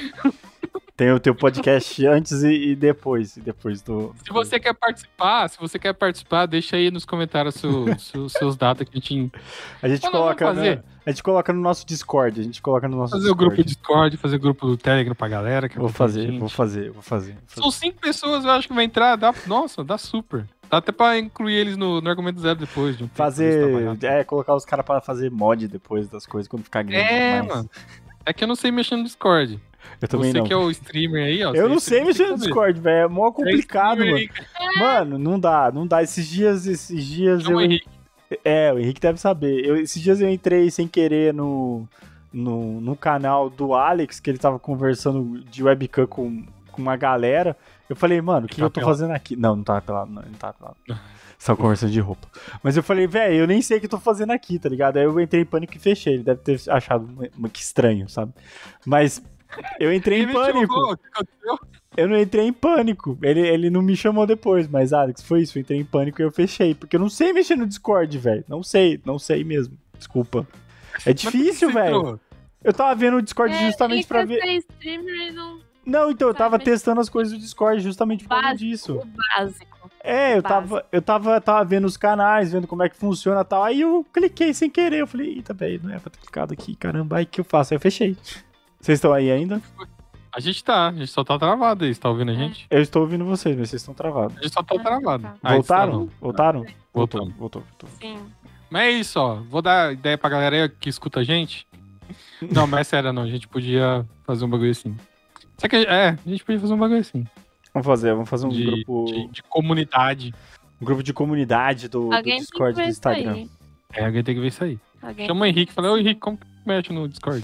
Tem o teu podcast antes e, e depois. E depois do. Se você quer participar, se você quer participar, deixa aí nos comentários seu, seu- seus dados que a gente A gente Quando nós coloca. vamos fazer? né, a gente coloca no nosso Discord. A gente coloca no nosso fazer o Discord. grupo do Discord, fazer o grupo do Telegram pra galera. Que Vou acompanha a fazer, gente. vou fazer, vou fazer. vou fazer. São cinco pessoas, eu acho que vai entrar. Dá, nossa, dá super. Dá até pra incluir eles no, no argumento zero depois. De um tempo pra eles Fazer. trabalharem. É, colocar os caras pra fazer mod depois das coisas quando ficar grande É, demais. mano. É que eu não sei mexer no Discord. Eu também Você não. que é o streamer aí, ó. Eu você- não você sei tem mexer que no saber. Discord, velho. É mó Você é complicado, streamer mano. aí, cara. Mano, não dá, não dá. Esses dias, esses dias Chama o eu. Henrique. É, o Henrique deve saber. Eu, esses dias eu entrei sem querer no, no, no canal do Alex, que ele tava conversando de webcam com, com uma galera. Eu falei, mano, o que Tá eu tô pelado. fazendo aqui? Não, não tava pelado, não, ele não tava pelado. Você tava conversando de roupa. Mas eu falei, velho, eu nem sei o que eu tô fazendo aqui, tá ligado? Aí eu entrei em pânico e fechei. Ele deve ter achado muito estranho, sabe? Mas eu entrei em Ele me pânico. chamou, o que aconteceu? Eu não entrei em pânico. Ele, ele não me chamou depois, mas, Alex, foi isso. Eu entrei em pânico e eu fechei. Porque eu não sei mexer no Discord, velho. Não sei, não sei mesmo. Desculpa. É Mas por que difícil, você velho. entrou? Eu tava vendo o Discord É, justamente ele pra quer ver. ser streamer e não Não, então, eu tava sabe. testando as coisas do Discord justamente por causa Básico. disso. o básico. É, eu Básico. tava, eu tava, tava vendo os canais, vendo como é que funciona e tal. Aí eu cliquei sem querer. Eu falei, eita, velho, não é pra ter clicado aqui. Caramba, aí o que eu faço? Aí eu fechei. Vocês estão aí ainda? A gente tá, a gente só tá travado aí. Você tá ouvindo a É. gente? Eu estou ouvindo vocês, mas vocês estão travados. A gente só tá Ah, travado. tá. Ah, isso tá Voltaram? bom. Voltaram? Voltou. Voltou, voltou, voltou. Sim. Mas é isso, ó. Vou dar ideia pra galera aí que escuta a gente. Não, mas é sério, não. A gente podia fazer um bagulho assim. Só que, é, a gente podia fazer um bagulho assim. Vamos fazer, vamos fazer um de, grupo, de, de comunidade. um grupo de comunidade do, do Alguém Discord do tem que ver isso Instagram. aí. É, alguém tem que ver isso aí. Alguém Chama o tem que Henrique e ver fala, isso ô aí. Henrique, como que mexe no Discord?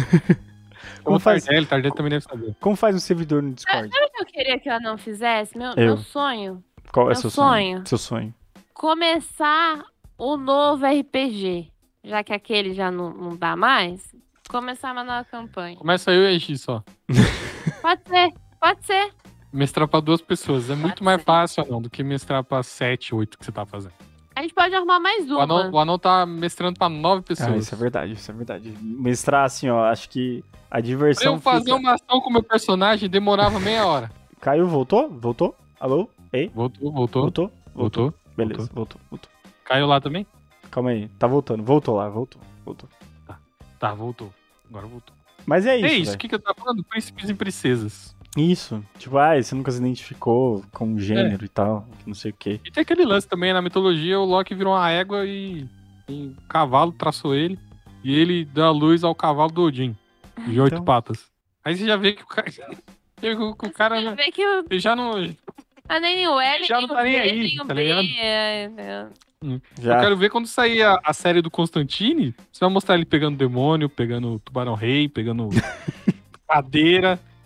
Como Ou o faz, Tardelli, Tardelli também deve saber. como faz um servidor no Discord? Sabe o que eu queria que ela não fizesse? Meu, Eu. meu sonho. Qual é meu seu sonho? sonho. Seu sonho. Começar o novo R P G. Já que aquele já não, não dá mais. Começar uma nova campanha. Começa eu e a Gi só. Pode ser, pode ser. Mestrar pra duas pessoas. É muito Pode mais ser. fácil, não, do que mestrar pra sete, oito que você tá fazendo. A gente pode arrumar mais O uma. anão, o anão tá mestrando pra nove pessoas. Ah, isso é verdade, isso é verdade. Mestrar assim, ó, acho que a Pra diversão eu fazer fica... uma ação com o meu personagem demorava meia hora. Caiu, voltou? Voltou? Alô? Ei? Voltou, voltou, Voltou? voltou. Beleza, voltou, voltou. Caiu lá também? Calma aí, tá voltando. Voltou lá, voltou, voltou. Tá, voltou. Agora voltou. Mas é isso, é isso, o velho. que, que eu tava falando? Príncipes e princesas. Isso. Tipo, ah, você nunca se identificou com um gênero e tal, que não sei o quê. E tem aquele lance também, na mitologia, o Loki virou uma égua e um cavalo traçou ele. E ele deu a luz ao cavalo do Odin, de oito Então. patas. Aí você já vê que o cara... vê que o o cara Você já, vê que o, ele já não... ah, nem o L, Já nem não o tá nem B, aí, nem o tá B. ligado? É, é. Já. Eu quero ver quando sair a, a série do Constantine, você vai mostrar ele pegando demônio, pegando tubarão-rei, pegando cadeira.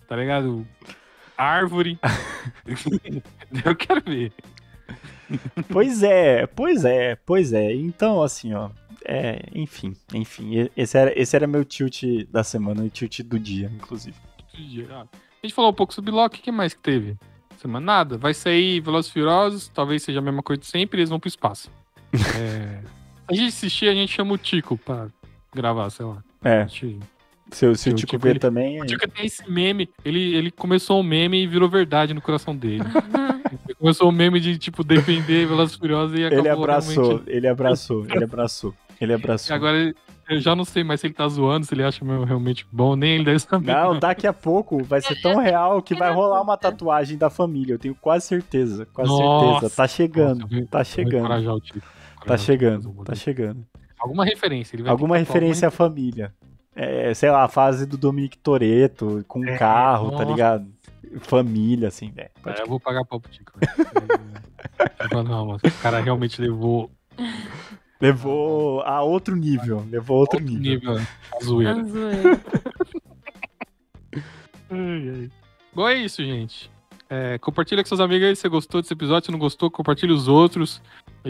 tá ligado? Árvore. Eu quero ver. Pois é, pois é, pois é. Então, assim, ó. É, enfim, enfim. Esse era, esse era meu tilt da semana, o tilt do dia, inclusive. A gente falou um pouco sobre Loki, o que mais que teve? Semana nada. Vai sair Velozes e Furiosos, talvez seja a mesma coisa de sempre, eles vão pro espaço. É... A gente assistir, a gente chama o Tico pra gravar, sei lá. É. Gente... Se, se, se o Tico ver ele... também... O Tico tem esse meme, ele, ele começou um meme e virou verdade no coração dele. Ele começou um meme de, tipo, defender Velozes e Furiosos e acabou ele abraçou, realmente... ele abraçou, ele abraçou, ele abraçou. E agora eu já não sei mais se ele tá zoando, se ele acha meu realmente bom, nem ele deve saber. Não, daqui a pouco vai ser tão real que vai rolar uma tatuagem da família, eu tenho quase certeza, quase Nossa. certeza. Tá chegando, Nossa, tá chegando. O Tico. Tá chegando, tá chegando. Alguma referência. Ele vai Alguma referência à família. É, sei lá, a fase do Dominic Toretto com é, carro, nossa. Tá ligado? Família, assim, velho. É, eu vou pagar pau pro Tico, velho. Não, mas o cara realmente levou... Levou a outro nível. Levou a outro, outro nível. nível. A zoeira. A zoeira. Bom, é isso, gente. É, compartilha com seus amigos aí se você gostou desse episódio. Se não gostou, compartilha os outros.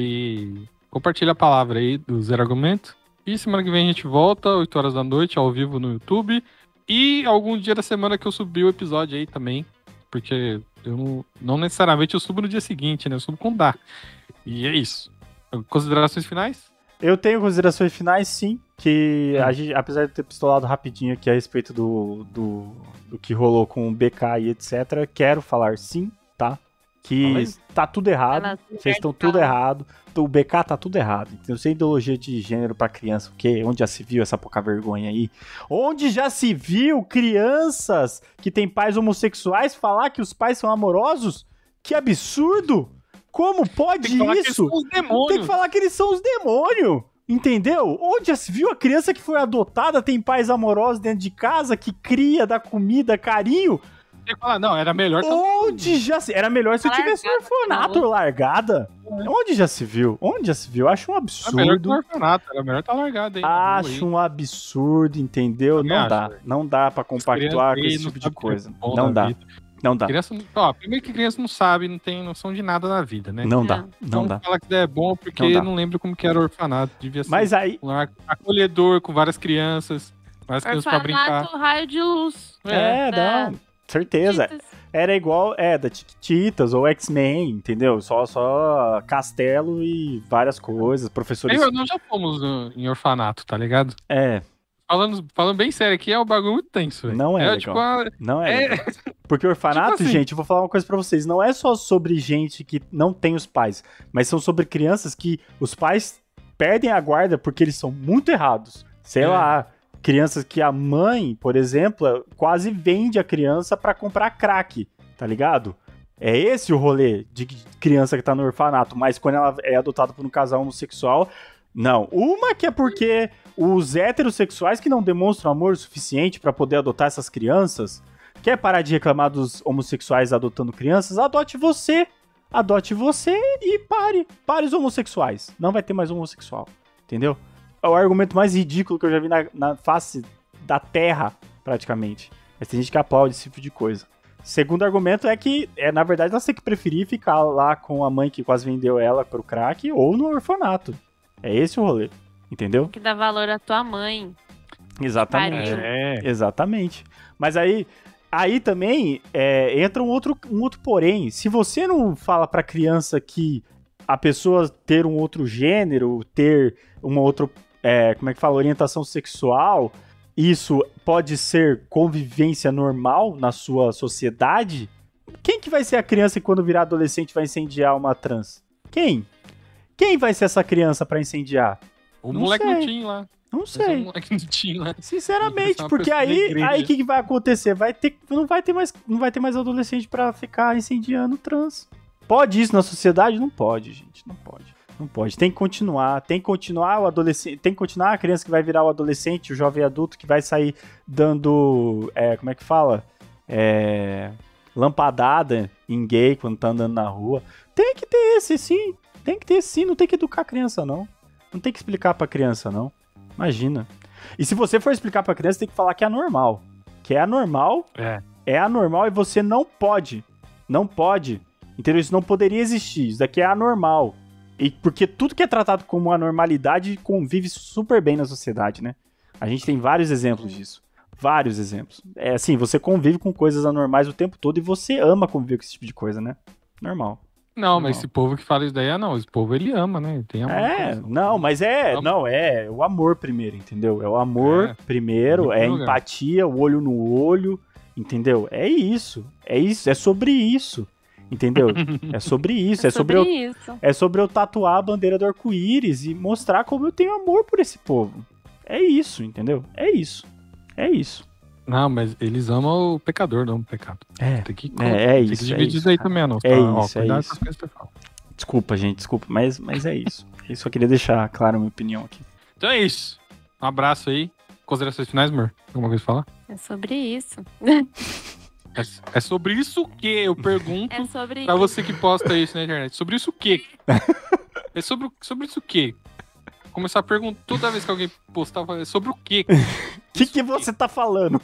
E compartilha a palavra aí do Zero Argumento. E semana que vem a gente volta, oito horas da noite, ao vivo no YouTube. E algum dia da semana que eu subir o episódio aí também. Porque eu não, não necessariamente eu subo no dia seguinte, né? Eu subo com dá. E é isso. Considerações finais? Eu tenho considerações finais, sim. Que hum. a gente, apesar de ter pistolado rapidinho aqui a respeito do, do, do que rolou com o B K e etcétera, quero falar sim, tá? Que Mas... tá tudo errado. Vocês estão tudo errado. O B K tá tudo errado. Então, sem ideologia de gênero pra criança, porque onde já se viu essa pouca vergonha aí? Onde já se viu crianças que têm pais homossexuais falar que os pais são amorosos? Que absurdo! Como pode Tem que isso? Tem que falar que eles são os demônios. Entendeu? Onde já se viu a criança que foi adotada, tem pais amorosos dentro de casa, que cria, dá comida, carinho? Tem que falar, não, era melhor... Onde já se... Era melhor se eu tivesse um orfanato largada. É. Onde já se viu? Onde já se viu? Acho um absurdo. Era melhor que um orfanato, era melhor estar largado aí. Acho um absurdo, entendeu? Não acho, dá. véio. Não dá pra compactuar com esse tipo de coisa. Não dá. Não dá. Criança, ó, primeiro que criança não sabe, não tem noção de nada na vida, né? Não dá, não então, dá. Fala que é bom porque não, não lembro como que era o orfanato. Devia ser Mas aí... um acolhedor com várias crianças, várias crianças pra brincar. Orfanato, raio de luz. É, é não, certeza. Titas. Era igual, é, da Titas ou X-Men, entendeu? Só, só castelo e várias coisas, professores... Eu, nós já fomos no, em orfanato, tá ligado? É. Falando, falando bem sério aqui, é um bagulho muito tenso, velho. Não é, é legal. Tipo, a... Não é, é... Porque o orfanato, tipo assim, gente, eu vou falar uma coisa pra vocês, não é só sobre gente que não tem os pais, mas são sobre crianças que os pais perdem a guarda porque eles são muito errados. Sei é. lá, crianças que a mãe, por exemplo, quase vende a criança pra comprar crack, tá ligado? É esse o rolê de criança que tá no orfanato, mas quando ela é adotada por um casal homossexual... Não, uma que é porque os heterossexuais que não demonstram amor suficiente pra poder adotar essas crianças, quer parar de reclamar dos homossexuais adotando crianças, adote você, adote você e pare, pare os homossexuais, não vai ter mais homossexual, entendeu? É o argumento mais ridículo que eu já vi na, na face da terra, praticamente, mas tem gente que aplaude esse tipo de coisa. Segundo argumento é que, é, na verdade, ela tem que preferir ficar lá com a mãe que quase vendeu ela pro crack ou no orfanato. É esse o rolê, entendeu? Tem que dar valor à tua mãe. Exatamente. É. Exatamente. Mas aí, aí também é, entra um outro, um outro porém. Se você não fala pra criança que a pessoa ter um outro gênero, ter uma outra, é, como é que fala, orientação sexual, isso pode ser convivência normal na sua sociedade, quem que vai ser a criança que quando virar adolescente vai incendiar uma trans? Quem? Quem vai ser essa criança pra incendiar? O não moleque não tinha lá. Não sei. O moleque não tinha lá. Sinceramente, porque aí aí o que, que vai acontecer? Vai ter, não, vai ter mais, não vai ter mais adolescente pra ficar incendiando trans. Pode isso na sociedade? Não pode, gente. Não pode. Não pode. Tem que continuar. Tem que continuar o adolescente. Tem que continuar a criança que vai virar o adolescente, o jovem adulto que vai sair dando. É, como é que fala? É, lampadada em gay quando tá andando na rua. Tem que ter esse, sim. Tem que ter sim, não tem que educar a criança, não. Não tem que explicar pra criança, não. Imagina. E se você for explicar pra criança, tem que falar que é anormal. Que é anormal é, É anormal e você não pode. Não pode. Entendeu? Isso não poderia existir. Isso daqui é anormal. E porque tudo que é tratado como anormalidade convive super bem na sociedade, né? A gente tem vários exemplos disso. Vários exemplos. É assim, você convive com coisas anormais o tempo todo e você ama conviver com esse tipo de coisa, né? Normal. Não, Normal. mas esse povo que fala isso daí, não. Esse povo, ele ama, né? Ele tem amor. É, não, mas é, Ama. não, é o amor primeiro, entendeu? É o amor É. primeiro, é a Primeiro lugar. empatia, o olho no olho, entendeu? É isso, é isso, é sobre isso, entendeu? É sobre isso, é, sobre, eu, isso. é sobre eu tatuar a bandeira do arco-íris e mostrar como eu tenho amor por esse povo. É isso, entendeu? É isso, é isso. Não, mas eles amam o pecador, não o pecado. É, Tem que, é, é tem isso, que é dividir isso, isso aí cara. também, não. É Ó, isso, é cuidado isso. com as coisas que você fala. Desculpa, gente, desculpa, mas, mas é isso. Eu só queria deixar claro a minha opinião aqui. Então é isso. Um abraço aí. Considerações finais, amor? Alguma coisa pra falar? É sobre isso. É, é sobre isso o quê? Eu pergunto É sobre pra isso. você que posta isso na internet. Sobre isso o quê? É sobre, o- sobre isso o quê? Começar a perguntar toda vez que alguém postar, eu falo, é sobre o quê? O que, que você tá falando?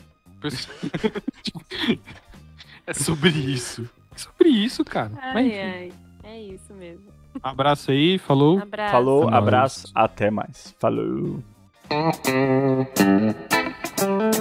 É sobre isso. É sobre isso, cara. Mas, Ai, enfim. ai. É isso mesmo. Abraço aí, falou. Abraço. Falou, É nóis. abraço, até mais. Falou.